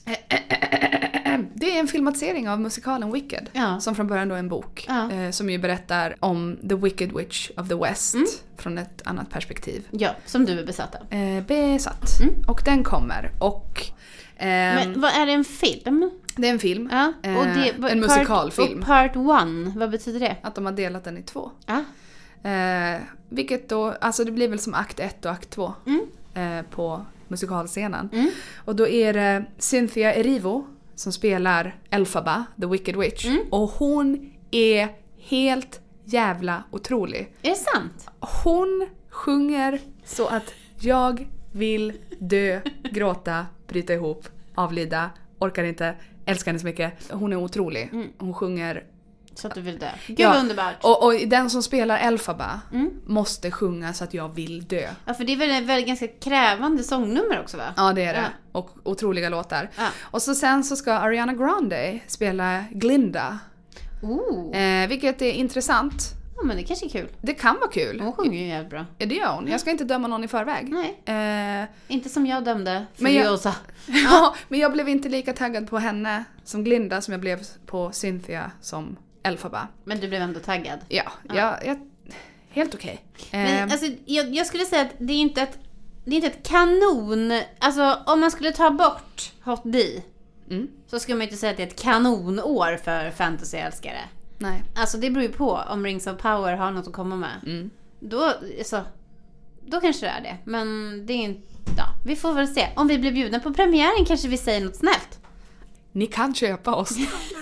Det är en filmatisering av musikalen Wicked. Ja. Som från början då är en bok. Ja. Eh, som ju berättar om The Wicked Witch of the West. Mm. Från ett annat perspektiv. Ja, som du är besatt av. Eh, besatt. Mm. Och den kommer. Och... Eh, Men vad är det, en film? Det är en film. Ja. Och det, eh, en musikalfilm. Och part one, vad betyder det? Att de har delat den i två. Ja. Eh, vilket då, alltså det blir väl som akt ett och akt två. Mm. Eh, på musikalscenen. Mm. Och då är det Cynthia Erivo som spelar Elphaba, The Wicked Witch. Mm. Och hon är helt jävla otrolig. Är det sant? Hon sjunger så att jag vill dö, gråta, bryta ihop, avlida, orkar inte, älskar henne så mycket. Hon är otrolig. Mm. Hon sjunger... Så att du vill dö. Gud, ja. Underbart. Och, och den som spelar Elphaba mm. måste sjunga så att jag vill dö. Ja, för det är väl en väldigt ganska krävande sångnummer också, va? Ja, det är det. Ja. Och otroliga låtar. Ja. Och så sen så ska Ariana Grande spela Glinda. Oh. Eh, vilket är intressant. Ja, men det kanske är kul. Det kan vara kul. Hon sjunger ju jävligt bra. Ja, det gör hon. Jag ska inte döma någon i förväg. Nej. Eh, inte som jag dömde. Men jag, ja, men jag blev inte lika taggad på henne som Glinda som jag blev på Cynthia som Elphaba. Men du blev ändå taggad? Ja, ja. Jag, jag, helt okej. Okay. Men eh, alltså, jag, jag skulle säga att det är inte ett, det är inte ett kanon... Alltså, om man skulle ta bort Hot D mm. så skulle man inte säga att det är ett kanonår för fantasyälskare. Nej. Alltså, det beror ju på om Rings of Power har något att komma med. Mm. Då, så, då kanske det är det. Men det är inte... Ja, vi får väl se. Om vi blir bjudna på premiären kanske vi säger något snällt. Ni kan köpa oss.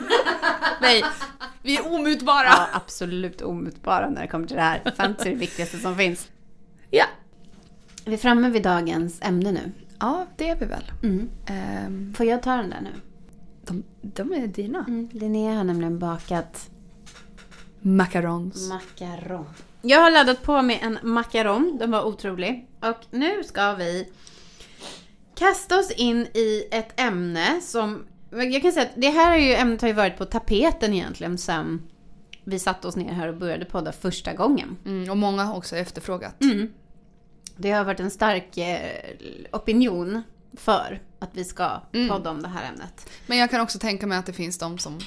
Nej, vi är omutbara. Ja, absolut omutbara när det kommer till det här. Fantasy är det viktigaste som finns. Ja. Vi är framme vid dagens ämne nu. Ja, det är vi väl. Mm. Um, Får jag ta den där nu? De, de är dina. Mm, Linnea har nämligen bakat macarons. Macaron. Jag har laddat på med en macaron. Den var otrolig. Och nu ska vi kasta oss in i ett ämne som... Jag kan säga att det här är ju, ämnet har ju varit på tapeten egentligen sen vi satt oss ner här och började podda första gången. Mm, och många har också efterfrågat. Mm. Det har varit en stark eh, opinion för att vi ska mm. podda om det här ämnet. Men jag kan också tänka mig att det finns de som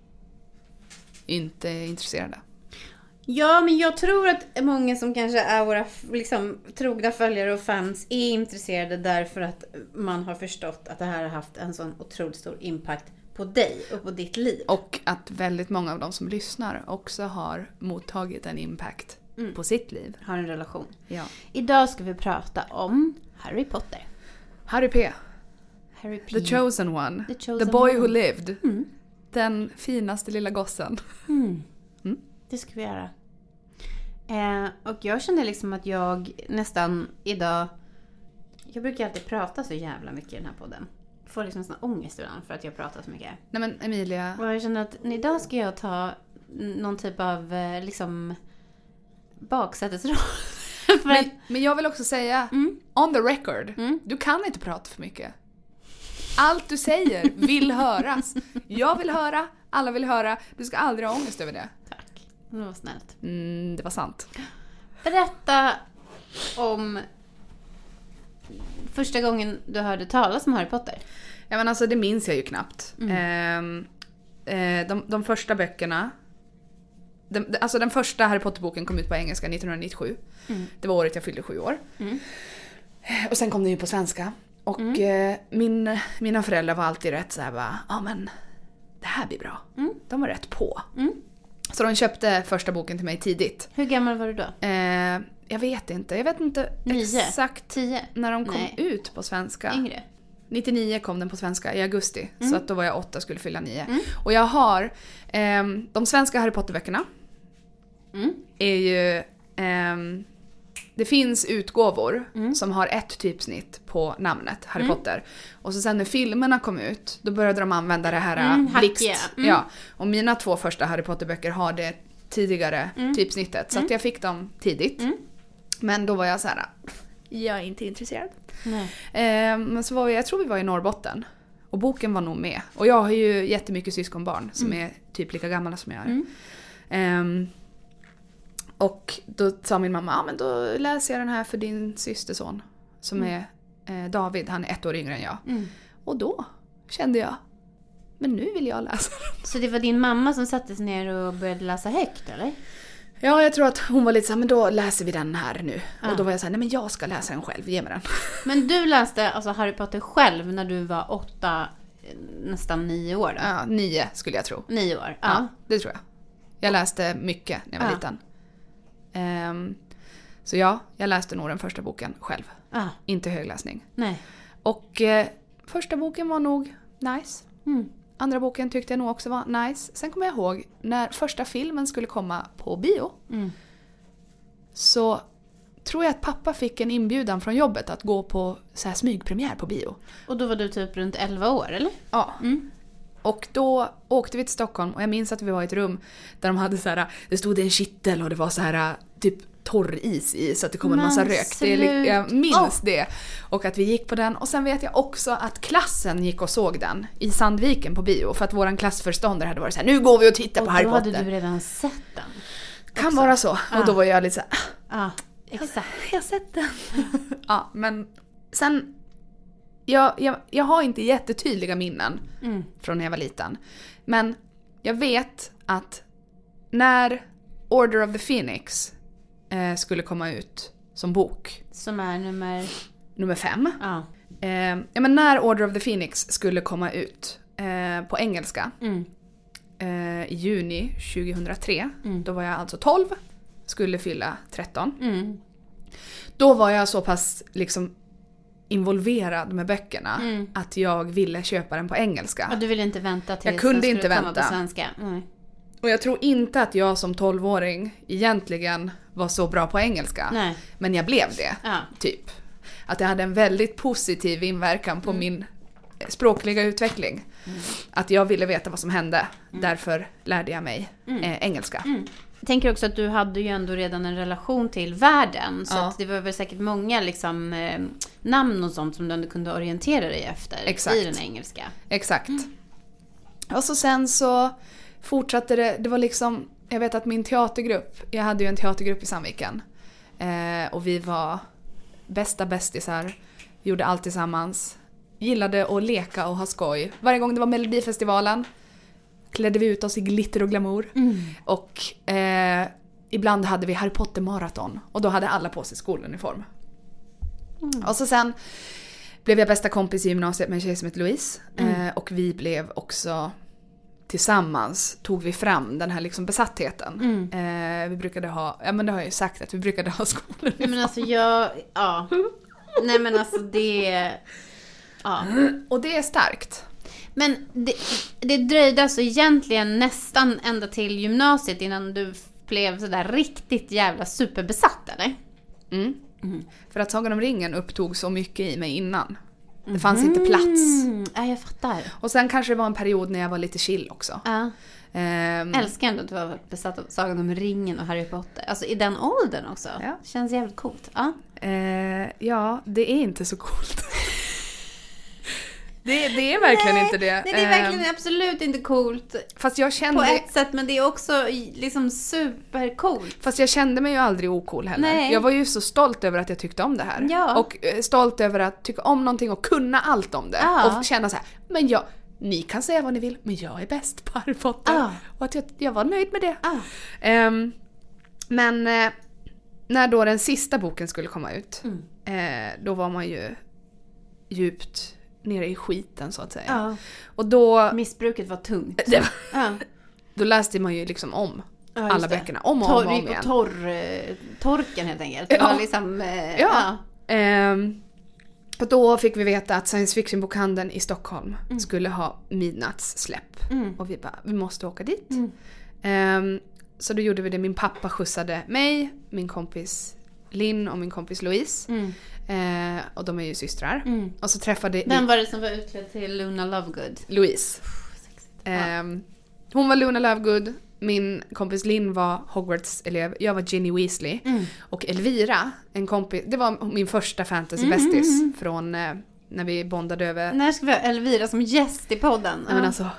inte är intresserade. Ja, men jag tror att många som kanske är våra liksom, trogna följare och fans är intresserade därför att man har förstått att det här har haft en sån otroligt stor impact på dig och på ditt liv. Och att väldigt många av de som lyssnar också har mottagit en impact mm. på sitt liv. Har en relation. Ja. Idag ska vi prata om Harry Potter. Harry P. Harry P. The chosen one. The, chosen The boy one. who lived. Mm. Den finaste lilla gossen. Mm. Mm. Det ska vi göra. Eh, och jag känner liksom att jag nästan idag... Jag brukar alltid prata så jävla mycket i den här podden. får liksom sån ångest ibland för att jag pratar så mycket. Nej men Emilia. Och jag känner att idag ska jag ta någon typ av liksom baksätesroll. men, men jag vill också säga, mm. on the record, mm. du kan inte prata för mycket. Allt du säger vill höras. Jag vill höra, alla vill höra. Du ska aldrig ha ångest över det. Tack, det var snällt. Mm, det var sant. Berätta om första gången du hörde talas om Harry Potter. Ja men alltså det minns jag ju knappt. Mm. Eh, de, de första böckerna, de, alltså den första Harry Potter-boken kom ut på engelska nittonhundranittiosju. Mm. Det var året jag fyllde sju år. Mm. Och sen kom den ju på svenska. Och mm. eh, min, mina föräldrar var alltid rätt så här bara, ja men det här blir bra. Mm. De var rätt på. Mm. Så de köpte första boken till mig tidigt. Hur gammal var du då? Eh, jag vet inte. Jag vet inte Nio. exakt Tio. när de kom Nej. ut på svenska. Yngre. nittionio kom den på svenska i augusti. Mm. Så att då var jag åtta och skulle fylla nio. Mm. Och jag har eh, de svenska Harry Potter-böckerna. Mm. Är ju... Eh, det finns utgåvor mm. som har ett typsnitt på namnet Harry mm. Potter. Och så sen när filmerna kom ut, då började de använda det här mm, blixt. Mm. Ja. Och mina två första Harry Potter-böcker har det tidigare mm. typsnittet. Så mm. att jag fick dem tidigt. Mm. Men då var jag så här, jag är inte intresserad. Nej. Eh, men så var vi, jag tror vi var i Norrbotten. Och boken var nog med. Och jag har ju jättemycket syskonbarn som mm. är typ lika gamla som jag är. Mm. Eh, och då sa min mamma, ja men då läser jag den här för din systerson. Som mm. är eh, David, han är ett år yngre än jag. Mm. Och då kände jag, men nu vill jag läsa. Så det var din mamma som satte sig ner och började läsa högt, eller? Ja, jag tror att hon var lite så här, men då läser vi den här nu. Ah. Och då var jag så här, nej men jag ska läsa den själv, ge mig den. Men du läste alltså Harry Potter själv när du var åtta, nästan nio år då? Ja, nio skulle jag tro. Nio år, ja. ja det tror jag. Jag läste mycket när jag var ah. liten. Um, så ja, jag läste nog den första boken själv. Ah. Inte högläsning. Nej. Och eh, första boken var nog nice. Mm. Andra boken tyckte jag nog också var nice. Sen kommer jag ihåg när första filmen skulle komma på bio. Mm. Så tror jag att pappa fick en inbjudan från jobbet att gå på så här smygpremiär på bio. Och då var du typ runt elva år, eller? Ja. Mm. Och då åkte vi till Stockholm och jag minns att vi var i ett rum där de hade så här, det stod en kittel och det var så här typ torr is i så att det kom en massa Men rök. Det är, jag minns oh. det. Och att vi gick på den. Och sen vet jag också att klassen gick och såg den i Sandviken på bio. För att våran klassförståndare hade varit så här, nu går vi och tittar och på Harry Potter. Och då hade du redan sett den. Kan också. vara så. Ah. Och då var jag lite så här, ah, exakt. Jag har sett den. Ja, men sen jag, jag, jag har inte jättetydliga minnen mm. från när jag var liten. Men jag vet att när Order of the Phoenix eh, skulle komma ut som bok. Som är nummer... Nummer fem. Ah. Eh, ja, men när Order of the Phoenix skulle komma ut eh, på engelska mm. eh, i juni tjugohundratre. Mm. Då var jag alltså tolv. Skulle fylla tretton. Mm. Då var jag så pass liksom involverad med böckerna mm. att jag ville köpa den på engelska. Och du ville inte vänta tills jag kunde den inte skulle vänta. komma på svenska? Mm. Och jag tror inte att jag som tolvåring egentligen var så bra på engelska. Nej. Men jag blev det, ja. typ. Att det hade en väldigt positiv inverkan på mm. min språkliga utveckling. Mm. Att jag ville veta vad som hände. Mm. Därför lärde jag mig mm. eh, engelska. Mm. Jag tänker också att du hade ju ändå redan en relation till världen. Så ja. att det var väl säkert många liksom, eh, namn och sånt som du ändå kunde orientera dig efter. Exakt. I den engelska. Exakt. Mm. Och så sen så fortsatte det. Det var liksom, jag vet att min teatergrupp, jag hade ju en teatergrupp i Sandviken. Eh, och vi var bästa bästisar. Gjorde allt tillsammans. Gillade att leka och ha skoj. Varje gång det var Melodifestivalen klädde vi ut oss i glitter och glamour. Mm. Och eh, ibland hade vi Harry Potter-maraton. Och då hade alla på sig skoluniform. Mm. Och så sen blev jag bästa kompis i gymnasiet med en tjej som heter Louise. Mm. Eh, och vi blev också tillsammans, tog vi fram den här liksom besattheten. Mm. Eh, vi brukade ha, ja men det har jag ju sagt att vi brukade ha skoluniform. Nej men alltså jag, ja. Nej men alltså det, ja. Och det är starkt. Men det, det dröjde alltså egentligen nästan ända till gymnasiet innan du blev sådär riktigt jävla superbesatt, eller? Mm. Mm. För att Sagan om ringen upptog så mycket i mig innan. Det fanns mm. inte plats. Ja, jag fattar. Och sen kanske det var en period när jag var lite chill också. Ja. Um, Älskar ändå att du var besatt av Sagan om ringen och Harry Potter. Alltså i den åldern också. Ja. Känns jävligt coolt. Ja, uh, ja det är inte så coolt. det, det är verkligen nej, inte det. Nej, det är verkligen um, absolut inte coolt. Fast jag kände... På ett sätt, men det är också liksom supercoolt. Fast jag kände mig ju aldrig ocool heller. Nej. Jag var ju så stolt över att jag tyckte om det här. Ja. Och uh, stolt över att tycka om någonting och kunna allt om det. Ja. Och känna så här, men jag... Ni kan säga vad ni vill, men jag är bäst på Harry Potter. Ah. Och att jag, jag var nöjd med det. Ah. Um, men eh, när då den sista boken skulle komma ut, mm. eh, då var man ju djupt nere i skiten så att säga. Ah. Och då... Missbruket var tungt. Det var, ah. Då läste man ju liksom om ah, alla böckerna. Om och Tor- om, om igen. Torr, torken helt enkelt. Det ja. var liksom... Eh, ja. ja. Um, Och då fick vi veta att science fiction-bokhandeln i Stockholm mm. skulle ha midnattssläpp. Mm. Och vi bara, vi måste åka dit. Mm. Um, så då gjorde vi det. Min pappa skjutsade mig, min kompis Linn och min kompis Louise. Mm. Uh, och de är ju systrar. Mm. Och så träffade Vem vi... var det som var utklädd till Luna Lovegood? Louise. Um, hon var Luna Lovegood. Min kompis Linn var Hogwarts-elev. Jag var Ginny Weasley. Mm. Och Elvira, en kompis... Det var min första fantasy-bästis mm, mm, mm. från eh, när vi bondade över... När ska vi ha Elvira som gäst i podden? Nej, men alltså...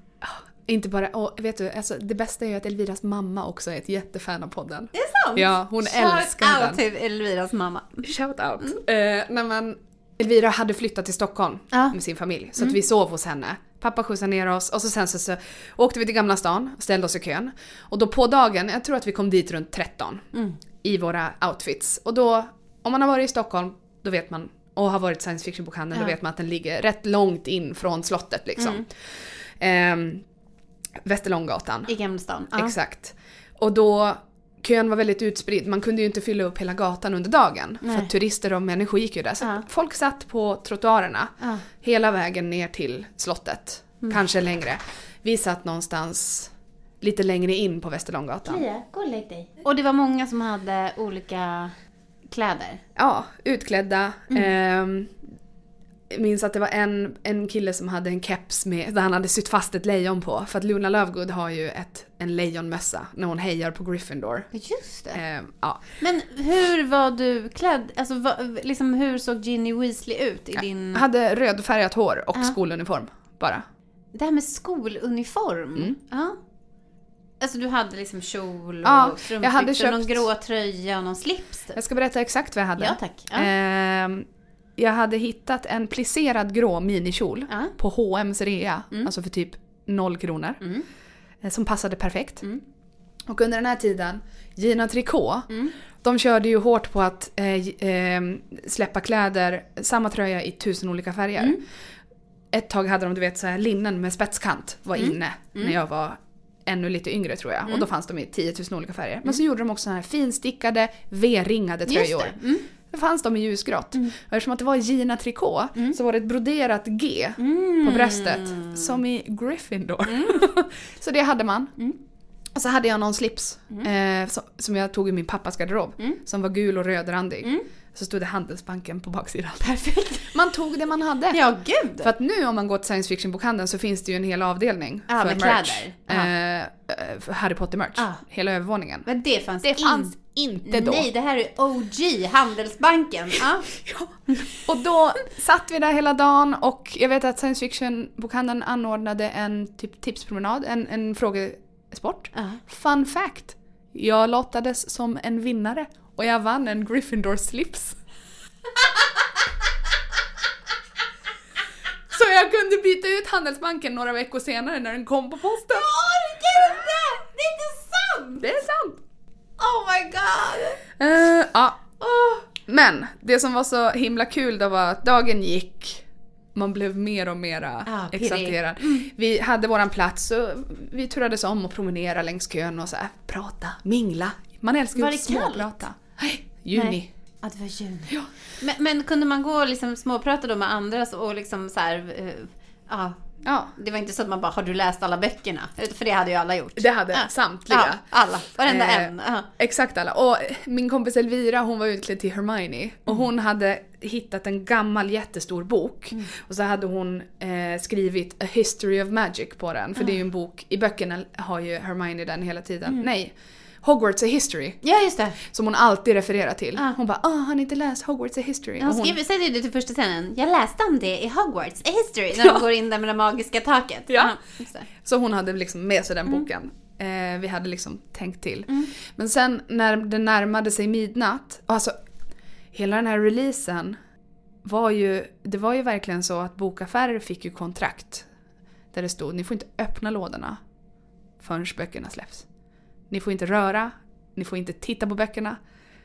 Inte bara... Och vet du, alltså, det bästa är ju att Elviras mamma också är ett jättefan av podden. Det är sant? Ja, hon Shout älskar den. Shout out till Elviras mamma. Shout out. Mm. Eh, när man... Elvira hade flyttat till Stockholm ah. med sin familj. Så mm. att vi sov hos henne. Pappa skjutsade ner oss och så sen så, så åkte vi till Gamla stan och ställde oss i kön. Och då på dagen, jag tror att vi kom dit runt tretton mm. i våra outfits. Och då, om man har varit i Stockholm, då vet man, och har varit science fiction-bokhandeln, ja. Då vet man att den ligger rätt långt in från slottet liksom. Mm. Eh, Västerlånggatan. I Gamla stan. Ja. Exakt. Och då... Kön var väldigt utspridd. Man kunde ju inte fylla upp hela gatan under dagen. Nej. För att turister och människor gick ju där. Så ja. Folk satt på trottoarerna. Ja. Hela vägen ner till slottet. Mm. Kanske längre. Vi satt någonstans lite längre in på Västerlånggatan. Klia, gå och lägg dig. Och det var många som hade olika kläder. Ja, utklädda. Mm. Eh, jag minns att det var en, en kille som hade en keps med, där han hade sytt fast ett lejon på. För att Luna Lovegood har ju ett, en lejonmössa när hon hejar på Gryffindor. Just det. Eh, ja. Men hur var du klädd? Alltså vad, liksom, hur såg Ginny Weasley ut i din... Jag hade rödfärgat hår och uh. skoluniform bara. Det här med skoluniform? Mm. Ja. Alltså du hade liksom kjol och ja, strumpbyxor, hade köpt... någon grå tröja och någon slips. Jag ska berätta exakt vad jag hade. Ja, tack. Ja. Eh, Jag hade hittat en plisserad grå minikjol uh. på H och M's rea. Mm. Alltså för typ noll kronor. Mm. Som passade perfekt. Mm. Och under den här tiden, Gina Tricot, mm. de körde ju hårt på att eh, eh, släppa kläder, samma tröja i tusen olika färger. Mm. Ett tag hade de, du vet, så här, linnen med spetskant var mm. inne mm. när jag var ännu lite yngre tror jag. Mm. Och då fanns de i tiotusen olika färger. Mm. Men så gjorde de också så här finstickade, V-ringade tröjor. Just det. Mm. Det fanns de i ljusgrått. Mm. Och eftersom att det var Gina Tricot mm. så var det ett broderat G mm. på bröstet. Som i Gryffindor. Mm. Så det hade man. Mm. Och så hade jag någon slips mm. eh, som, som jag tog i min pappas garderob. Mm. Som var gul och rödrandig. Mm. Så stod det Handelsbanken på baksidan. Perfekt. Man tog det man hade. Ja, gud. För att nu om man går till science fiction-bokhandeln så finns det ju en hel avdelning ah, för med merch. Kläder. Eh, för Harry Potter-merch. Ah. Hela övervåningen. Men det fanns, det fanns in... inte då. Nej, det här är O G, Handelsbanken. Ah. Ja. Och då satt vi där hela dagen och jag vet att science fiction-bokhandeln anordnade en typ tipspromenad, en, en frågesport. Ah. Fun fact. Jag lottades som en vinnare och jag vann en Gryffindor-slips. Så jag kunde byta ut Handelsbanken några veckor senare när den kom på posten. Jag orkar inte! Det är inte sant! Det är sant! Oh my god! Uh, ja. Oh. Men det som var så himla kul då var att dagen gick. Man blev mer och mer ah, exalterad. Mm. Vi hade våran plats och vi turades om och promenera längs kön och så här, prata, mingla. Man älskar ju att småprata. Hej, juni. Nej. Ja, det var juni. Ja. Men, men kunde man gå och liksom småprata då med andra och liksom så här, Ja. Ja. Det var inte så att man bara, har du läst alla böckerna? För det hade ju alla gjort. Det hade ja. samtliga. Ja, alla. Varenda eh, en. Ja. Exakt alla. Och min kompis Elvira, hon var utklädd till Hermione. Och hon hade hittat en gammal jättestor bok. Mm. Och så hade hon eh, skrivit A History of Magic på den. För mm. det är ju en bok, i böckerna har ju Hermione den hela tiden. Mm. Nej, Hogwarts A History. Ja, just det. Som hon alltid refererar till. Ah. Hon bara, ah, har ni inte läst Hogwarts A History? Hon skriver, säger det till första scenen. Jag läste om det i Hogwarts A History. När de går in där med det magiska taket. Ja. Aha, just det. Så hon hade liksom med sig den mm. boken. Eh, vi hade liksom tänkt till. Mm. Men sen när det närmade sig midnatt. Alltså, hela den här releasen var ju, det var ju verkligen så att bokaffärer fick ju kontrakt. Där det stod, ni får inte öppna lådorna förrän böckerna släpps. Ni får inte röra, ni får inte titta på böckerna.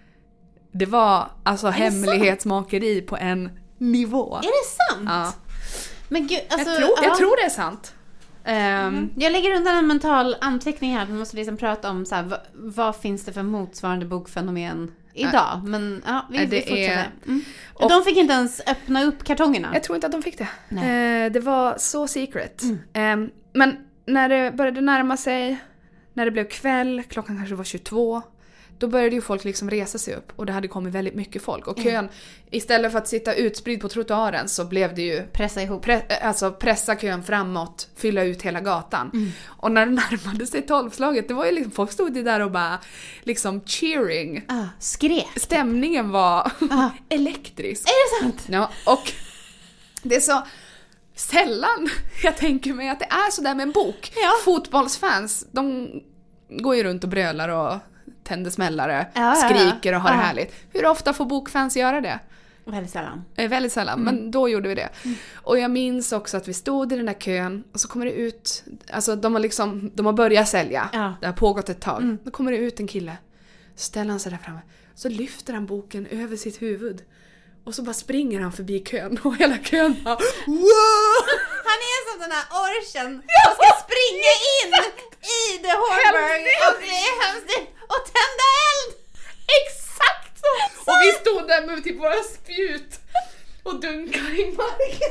Det var alltså hemlighetsmakeri på en nivå. Är det sant? Ja. Men gud, alltså, jag, tror, ja. jag tror det är sant. Um, mm. Jag lägger undan en mental anteckning här. Vi måste liksom prata om så här, vad, vad finns det för motsvarande bokfenomen idag? Men ja, vi, vi fortsätter. Mm. Och de fick inte ens öppna upp kartongerna. Jag tror inte att de fick det. Nej. Uh, det var så secret. Mm. Um, men när det började närma sig, när det blev kväll, klockan kanske var tjugotvå, då började ju folk liksom resa sig upp och det hade kommit väldigt mycket folk. Och kön, mm. istället för att sitta utspridd på trottoaren så blev det ju pressa ihop. Pre- alltså pressa kön framåt, fylla ut hela gatan. Mm. Och när det närmade sig tolvslaget, det var ju liksom, folk stod ju där och bara liksom cheering. Ah, skrek. Stämningen var ah. elektrisk. Är det sant? Ja, och det är så sällan jag tänker mig att det är så där med en bok. Ja. Fotbollsfans, de går ju runt och brölar och tänder smällare, ja, skriker och har ja. det härligt. Hur ofta får bokfans göra det? Väldigt sällan. Eh, väldigt sällan, mm. men då gjorde vi det. Mm. Och jag minns också att vi stod i den där kön och så kommer det ut, alltså de har liksom, de har börjat sälja. Ja. Det har pågått ett tag. Mm. Då kommer det ut en kille. Så ställer han sig där framme. Så lyfter han boken över sitt huvud. Och så bara springer han förbi kön och hela kön bara, wow! Han är som den här orchen som ska springa in i The Hornburg och det är hemskt och tända eld. Exakt så! Och vi stod där med typ våra spjut och dunkade i marken.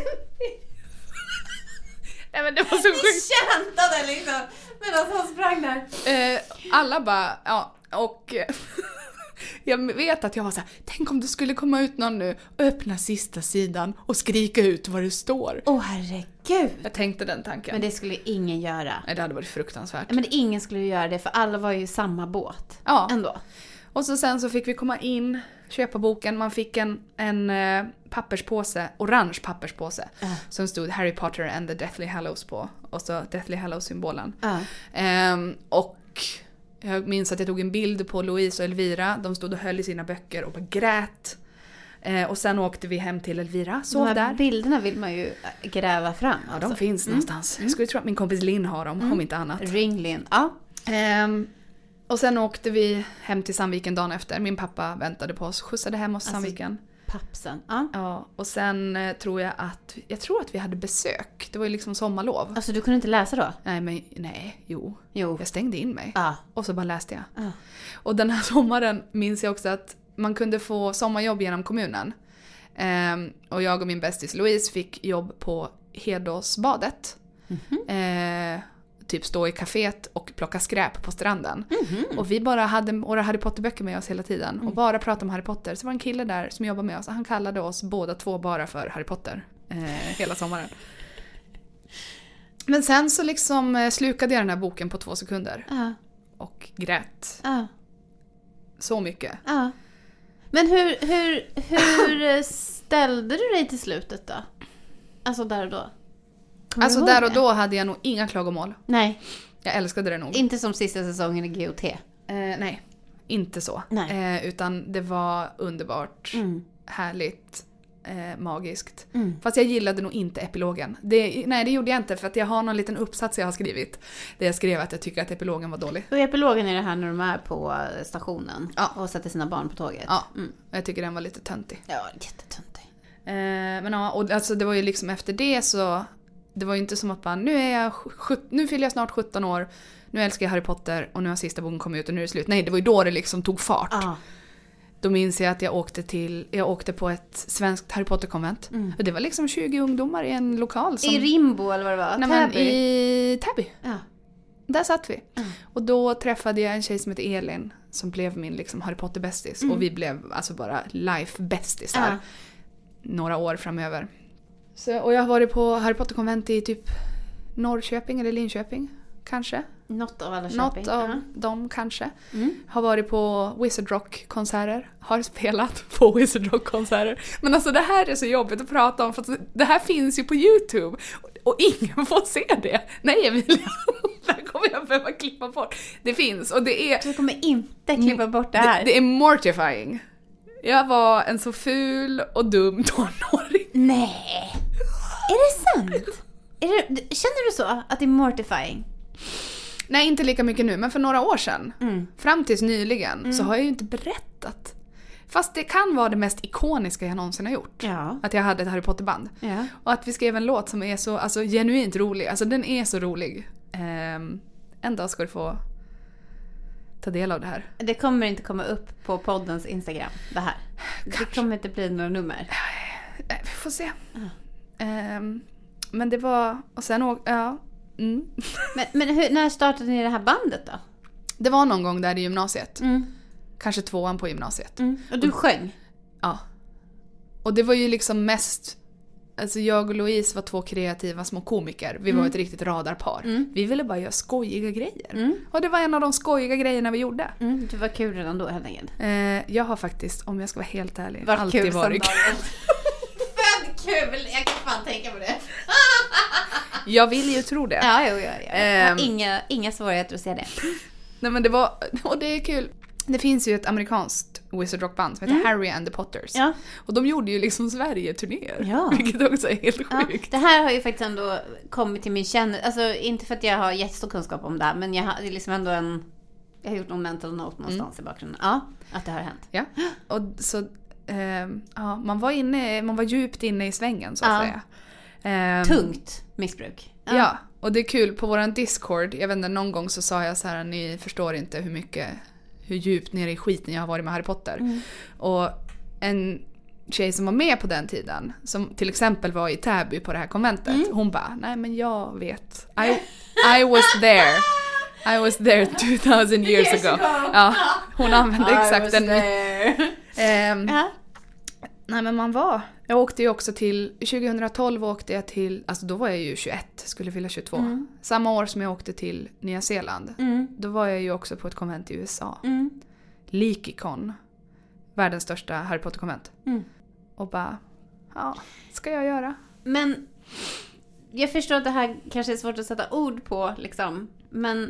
Nej, men det var så Vi sjukt. käntade liksom medan han sprang där. Eh, alla bara, ja, och jag vet att jag var så här, tänk om det skulle komma ut någon nu och öppna sista sidan och skrika ut vad det står. Åh, oh, herregud. Jag tänkte den tanken. Men det skulle ingen göra. Nej, det hade varit fruktansvärt. Men ingen skulle göra det för alla var ju i samma båt. Ja. Ändå. Och så sen så fick vi komma in, köpa boken. Man fick en, en eh, papperspåse, orange papperspåse. Uh. Som stod Harry Potter and the Deathly Hallows på. Och så Deathly Hallows-symbolen. Uh. Ehm, och jag minns att jag tog en bild på Louise och Elvira. De stod och höll i sina böcker och bara grät. Eh, och sen åkte vi hem till Elvira. Sov de här där. Bilderna vill man ju gräva fram. Ja, alltså. de finns mm. någonstans. Jag skulle tro att min kompis Linn har dem, mm. om inte annat. Ring Linn, ja. Ehm, och sen åkte vi hem till Sandviken dagen efter. Min pappa väntade på oss, skjutsade hem oss till alltså, Sandviken. Pappsen, ja. Ja, och sen eh, tror jag att jag tror att vi hade besök. Det var ju liksom sommarlov. Alltså du kunde inte läsa då? Nej, men nej, jo. Jo. Jag stängde in mig. Ja. Och så bara läste jag. Ja. Och den här sommaren minns jag också att man kunde få sommarjobb genom kommunen. Ehm, och jag och min bästis Louise fick jobb på Hedåsbadet. Mm-hmm. Ehm, typ stå i kaféet och plocka skräp på stranden. Mm-hmm. Och vi bara hade våra Harry Potter-böcker med oss hela tiden. Mm. Och bara pratade om Harry Potter. Så var en kille där som jobbade med oss. Och han kallade oss båda två bara för Harry Potter. Eh, hela sommaren. Men sen så liksom slukade jag den här boken på två sekunder. Uh. Och grät. Uh. Så mycket. Uh. Men hur, hur, hur ställde du dig till slutet då? Alltså där och då? Kommer alltså där och då hade jag nog inga klagomål. Nej. Jag älskade det nog. Inte som sista säsongen i G O T. Eh, nej, inte så. Nej. Eh, utan det var underbart, mm. härligt, eh, magiskt. Mm. Fast jag gillade nog inte epilogen. Det, nej, det gjorde jag inte för att jag har någon liten uppsats jag har skrivit. Där jag skrev att jag tycker att epilogen var dålig. Och epilogen är det här när de är på stationen ja. och sätter sina barn på tåget. Ja, mm. jag tycker den var lite töntig. Ja, jättetöntig. Eh, men ja, och alltså det var ju liksom efter det så... Det var ju inte som att bara, nu är jag nu fyller jag snart sjutton år, nu älskar jag Harry Potter och nu har sista boken kommit ut och nu är det slut. Nej, det var ju då det liksom tog fart. Ah. Då minns jag att jag åkte till jag åkte på ett svenskt Harry Potter-konvent. Mm. Och det var liksom tjugo ungdomar i en lokal. Som, I Rimbo eller vad det var? Nej, men i Täby. Ja. Där satt vi. Mm. Och då träffade jag en tjej som heter Elin som blev min liksom Harry Potter-bästis. Mm. Och vi blev alltså bara life-bästisar. Ja. Några år framöver. Så, och jag har varit på Harry Potter-konvent i typ Norrköping eller Linköping. Kanske. Något av alla Köping. Något av uh-huh. dem kanske. Mm. Har varit på Wizard Rock-konserter. Har spelat på Wizard Rock-konserter. Men alltså det här är så jobbigt att prata om. För att det här finns ju på YouTube. Och ingen får se det. Nej, Emilia. Det här kommer jag behöva klippa bort. Det finns och det är... Du kommer inte klippa bort det här. Det, det är mortifying. Jag var en så ful och dum tonåring. Nej. Är det sant? Är det, känner du så? Att det är mortifying? Nej, inte lika mycket nu, men för några år sedan. Mm. Fram tills nyligen mm. så har jag ju inte berättat. Fast det kan vara det mest ikoniska jag någonsin har gjort. Ja. Att jag hade ett Harry Potter-band. Ja. Och att vi skrev en låt som är så alltså, genuint rolig. Alltså den är så rolig. Um, en dag ska du få ta del av det här. Det kommer inte komma upp på poddens Instagram, det här. Kanske. Det kommer inte bli några nummer. Nej, vi får se. Uh. Um, men det var... Och sen... Ja... Mm. Men, men hur, när startade ni det här bandet då? Det var någon gång där i gymnasiet. Mm. Kanske tvåan på gymnasiet. Mm. Och du sjöng? Ja. Och det var ju liksom mest... Alltså jag och Louise var två kreativa små komiker. Vi mm. var ett riktigt radarpar. Mm. Vi ville bara göra skojiga grejer. Mm. Och det var en av de skojiga grejerna vi gjorde. Mm. Det var kul redan då helt enkelt. Eh, jag har faktiskt, om jag ska vara helt ärlig, var alltid kul varit kul. Född kul! Jag kan fan tänka på det. Jag vill ju tro det. Ja, jo, ja, ja. Jag har inga, inga svårigheter att se det. Nej, men det var... Och det är kul. Det finns ju ett amerikanskt Wizard Rock-band som heter mm. Harry and the Potters. Ja. Och de gjorde ju liksom Sverige-turnéer. Ja. Vilket också är helt ja. sjukt. Det här har ju faktiskt ändå kommit till min kännedom. Alltså inte för att jag har jättestor kunskap om det här. Men jag har liksom ändå en... Jag har gjort någon mental note någonstans mm. i bakgrunden. Ja, att det har hänt. Ja, och så... Eh, ja, man var inne... Man var djupt inne i svängen, så att ja. säga. Eh, Tungt missbruk. Ja. ja, och det är kul. På våran Discord, jag vet inte, någon gång så sa jag så här: ni förstår inte hur mycket... hur djupt ner i skiten jag har varit med Harry Potter. Mm. Och en tjej som var med på den tiden, som till exempel var i Täby på det här konventet, mm. hon bara, nej men jag vet. I, I was there. I was there two thousand years, years ago. ago. Ja, hon använde exakt den. um, uh-huh. Nej men man var. Jag åkte ju också till, tjugohundratolv åkte jag till, alltså då var jag ju tjugoett, skulle fylla tjugotvå. Mm. Samma år som jag åkte till Nya Zeeland. Mm. Då var jag ju också på ett konvent i U S A. Mm. Leakycon. Världens största Harry Potter-konvent. Mm. Och bara, ja, ska jag göra? Men jag förstår att det här kanske är svårt att sätta ord på, liksom. Men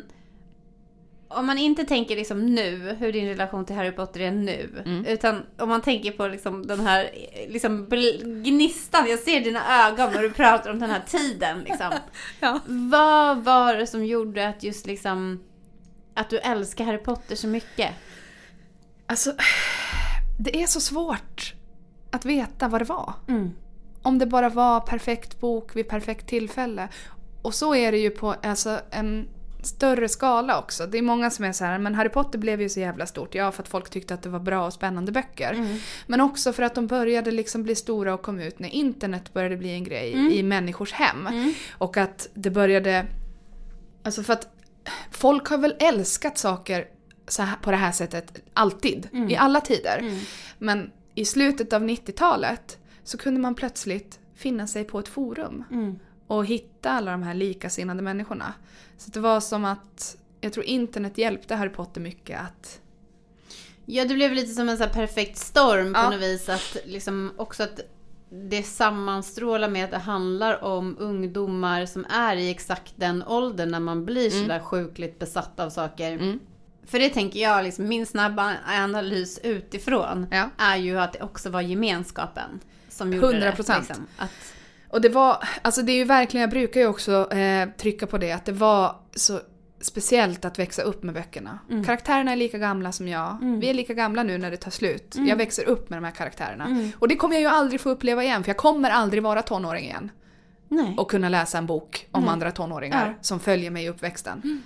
om man inte tänker liksom nu, hur din relation till Harry Potter är nu, mm. utan om man tänker på liksom den här liksom gnistan, jag ser dina ögon när du pratar om den här tiden. Liksom. Ja. Vad var det som gjorde att just liksom att du älskar Harry Potter så mycket? Alltså, det är så svårt att veta vad det var. Mm. Om det bara var perfekt bok vid perfekt tillfälle. Och så är det ju på alltså, en större skala också. Det är många som är så här, men Harry Potter blev ju så jävla stort. Ja, för att folk tyckte att det var bra och spännande böcker. Mm. Men också för att de började liksom bli stora och kom ut när internet började bli en grej mm. i människors hem. Mm. Och att det började... Alltså för att folk har väl älskat saker så här, på det här sättet alltid. Mm. I alla tider. Mm. Men i slutet av nittiotalet så kunde man plötsligt finna sig på ett forum. Mm. Och hitta alla de här likasinnade människorna. Så det var som att, jag tror internet hjälpte Harry Potter mycket att... Ja, det blev lite som en så här perfekt storm på ja. något vis. Att liksom också att det sammanstrålar med att det handlar om ungdomar som är i exakt den åldern när man blir mm. så där sjukligt besatt av saker. Mm. För det tänker jag, liksom, min snabba analys utifrån ja. är ju att det också var gemenskapen som gjorde hundra procent. det. Liksom, att... Och det var, alltså det är ju verkligen, jag brukar ju också eh, trycka på det, att det var så speciellt att växa upp med böckerna. Mm. Karaktärerna är lika gamla som jag. Mm. Vi är lika gamla nu när det tar slut. Mm. Jag växer upp med de här karaktärerna. Mm. Och det kommer jag ju aldrig få uppleva igen, för jag kommer aldrig vara tonåring igen. Nej. Och kunna läsa en bok om Nej. andra tonåringar ja. som följer mig i uppväxten.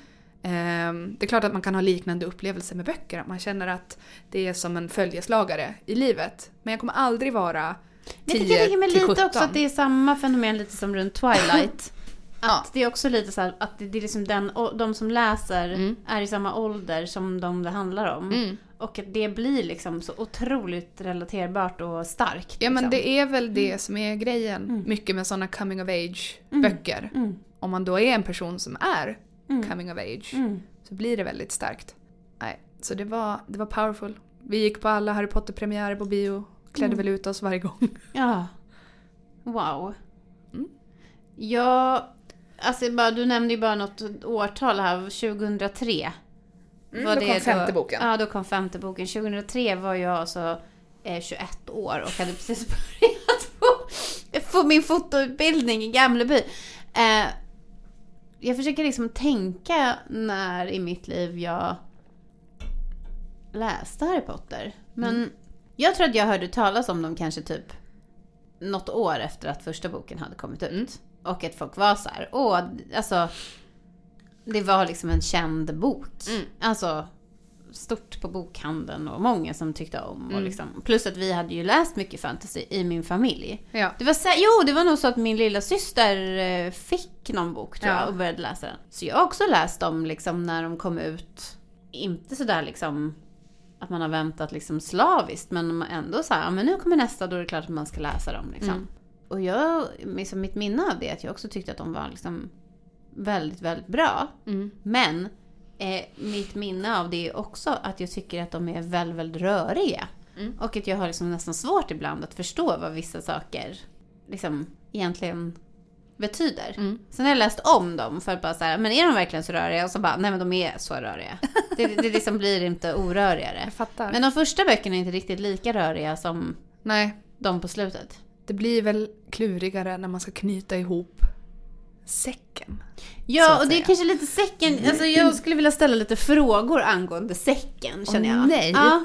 Um, det är klart att man kan ha liknande upplevelser med böcker. Att man känner att det är som en följeslagare i livet. Men jag kommer aldrig vara tio till sjutton. Jag tycker mig lite också att det är samma fenomen lite som runt Twilight. Att ja. Det är också lite så här, att det är liksom den, de som läser mm. är i samma ålder som de det handlar om. Mm. Och att det blir liksom så otroligt relaterbart och starkt. Liksom. Ja, men det är väl det mm. som är grejen. Mm. Mycket med sådana coming of age böcker. Mm. Mm. Om man då är en person som är mm. coming of age mm. så blir det väldigt starkt. Nej, så det var, det var powerful. Vi gick på alla Harry Potter-premiärer på bio. Klädde mm. väl ut oss varje gång. Ja. Wow. Mm. Ja, alltså bara, du nämnde ju bara något årtal här. tjugohundratre. Mm, var då det kom femte då, boken. Ja, då kom femte boken. tjugohundratre var jag alltså eh, tjugoett år och hade precis börjat få, få min fotoutbildning i Gamleby. Eh, jag försöker liksom tänka när i mitt liv jag läste Harry Potter. Men mm. jag tror att jag hörde talas om dem kanske typ något år efter att första boken hade kommit ut. Mm. Och att folk var så här, åh, alltså det var liksom en känd bok. Mm. Alltså stort på bokhandeln och många som tyckte om. Mm. Och liksom, plus att vi hade ju läst mycket fantasy i min familj. Ja. Det var så, jo, det var nog så att min lilla syster fick någon bok tror ja. jag och började läsa den. Så jag har också läst dem liksom när de kom ut. Inte så där liksom att man har väntat liksom slaviskt, men ändå så här, ja, men nu kommer nästa, då är det klart att man ska läsa dem liksom. Mm. Och jag, liksom, mitt minne av det är att jag också tyckte att de var liksom väldigt, väldigt bra. Mm. Men eh, mitt minne av det är också att jag tycker att de är väldigt, väldigt röriga. Mm. Och att jag har liksom nästan svårt ibland att förstå vad vissa saker liksom egentligen betyder. Mm. Sen har jag läst om dem för att bara så här, men är de verkligen så röriga? Och så bara, nej men de är så röriga. Det, det liksom blir inte orörigare. Jag fattar. Men de första böckerna är inte riktigt lika röriga som nej. de på slutet. Det blir väl klurigare när man ska knyta ihop säcken. Ja, och det är kanske lite säcken. Alltså jag skulle vilja ställa lite frågor angående säcken, känner jag. Oh, nej. Ja.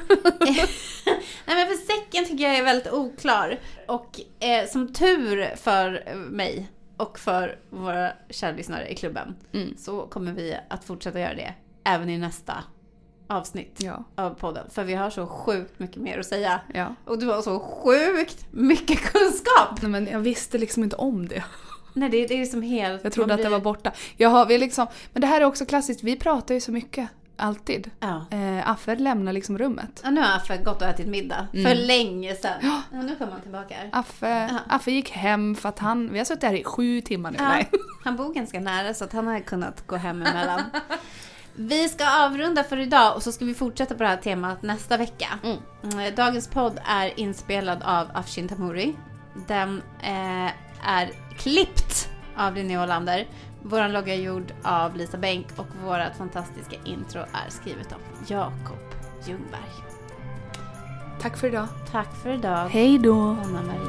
Nej, men för säcken tycker jag är väldigt oklar. Och eh, som tur för mig och för våra kärlyssnare i klubben mm. så kommer vi att fortsätta göra det även i nästa avsnitt ja. av podden. För vi har så sjukt mycket mer att säga. Ja. Och du har så sjukt mycket kunskap. Nej, men jag visste liksom inte om det. Nej, det, det är liksom helt... Jag trodde blir... att det var borta. Jag har, vi liksom, men det här är också klassiskt. Vi pratar ju så mycket. Alltid. Ja. Eh, Affe lämnar liksom rummet. Ja, nu har Affe gått och ätit middag. Mm. För länge sedan. Ja. Ja, nu kommer han tillbaka. Affe, ja. Affe gick hem för att han... Vi har suttit här i sju timmar nu. Ja. Nej. Han bor ganska nära så att han har kunnat gå hem emellan. Vi ska avrunda för idag och så ska vi fortsätta på det här temat nästa vecka. Mm. Dagens podd är inspelad av Afshin Tamuri. Den eh, är klippt av Linnea Olander. Våran logga är gjord av Lisa Bänk och vårat fantastiska intro är skrivet av Jakob Ljungberg. Tack för idag. Tack för idag. Hej då. Anna Maria.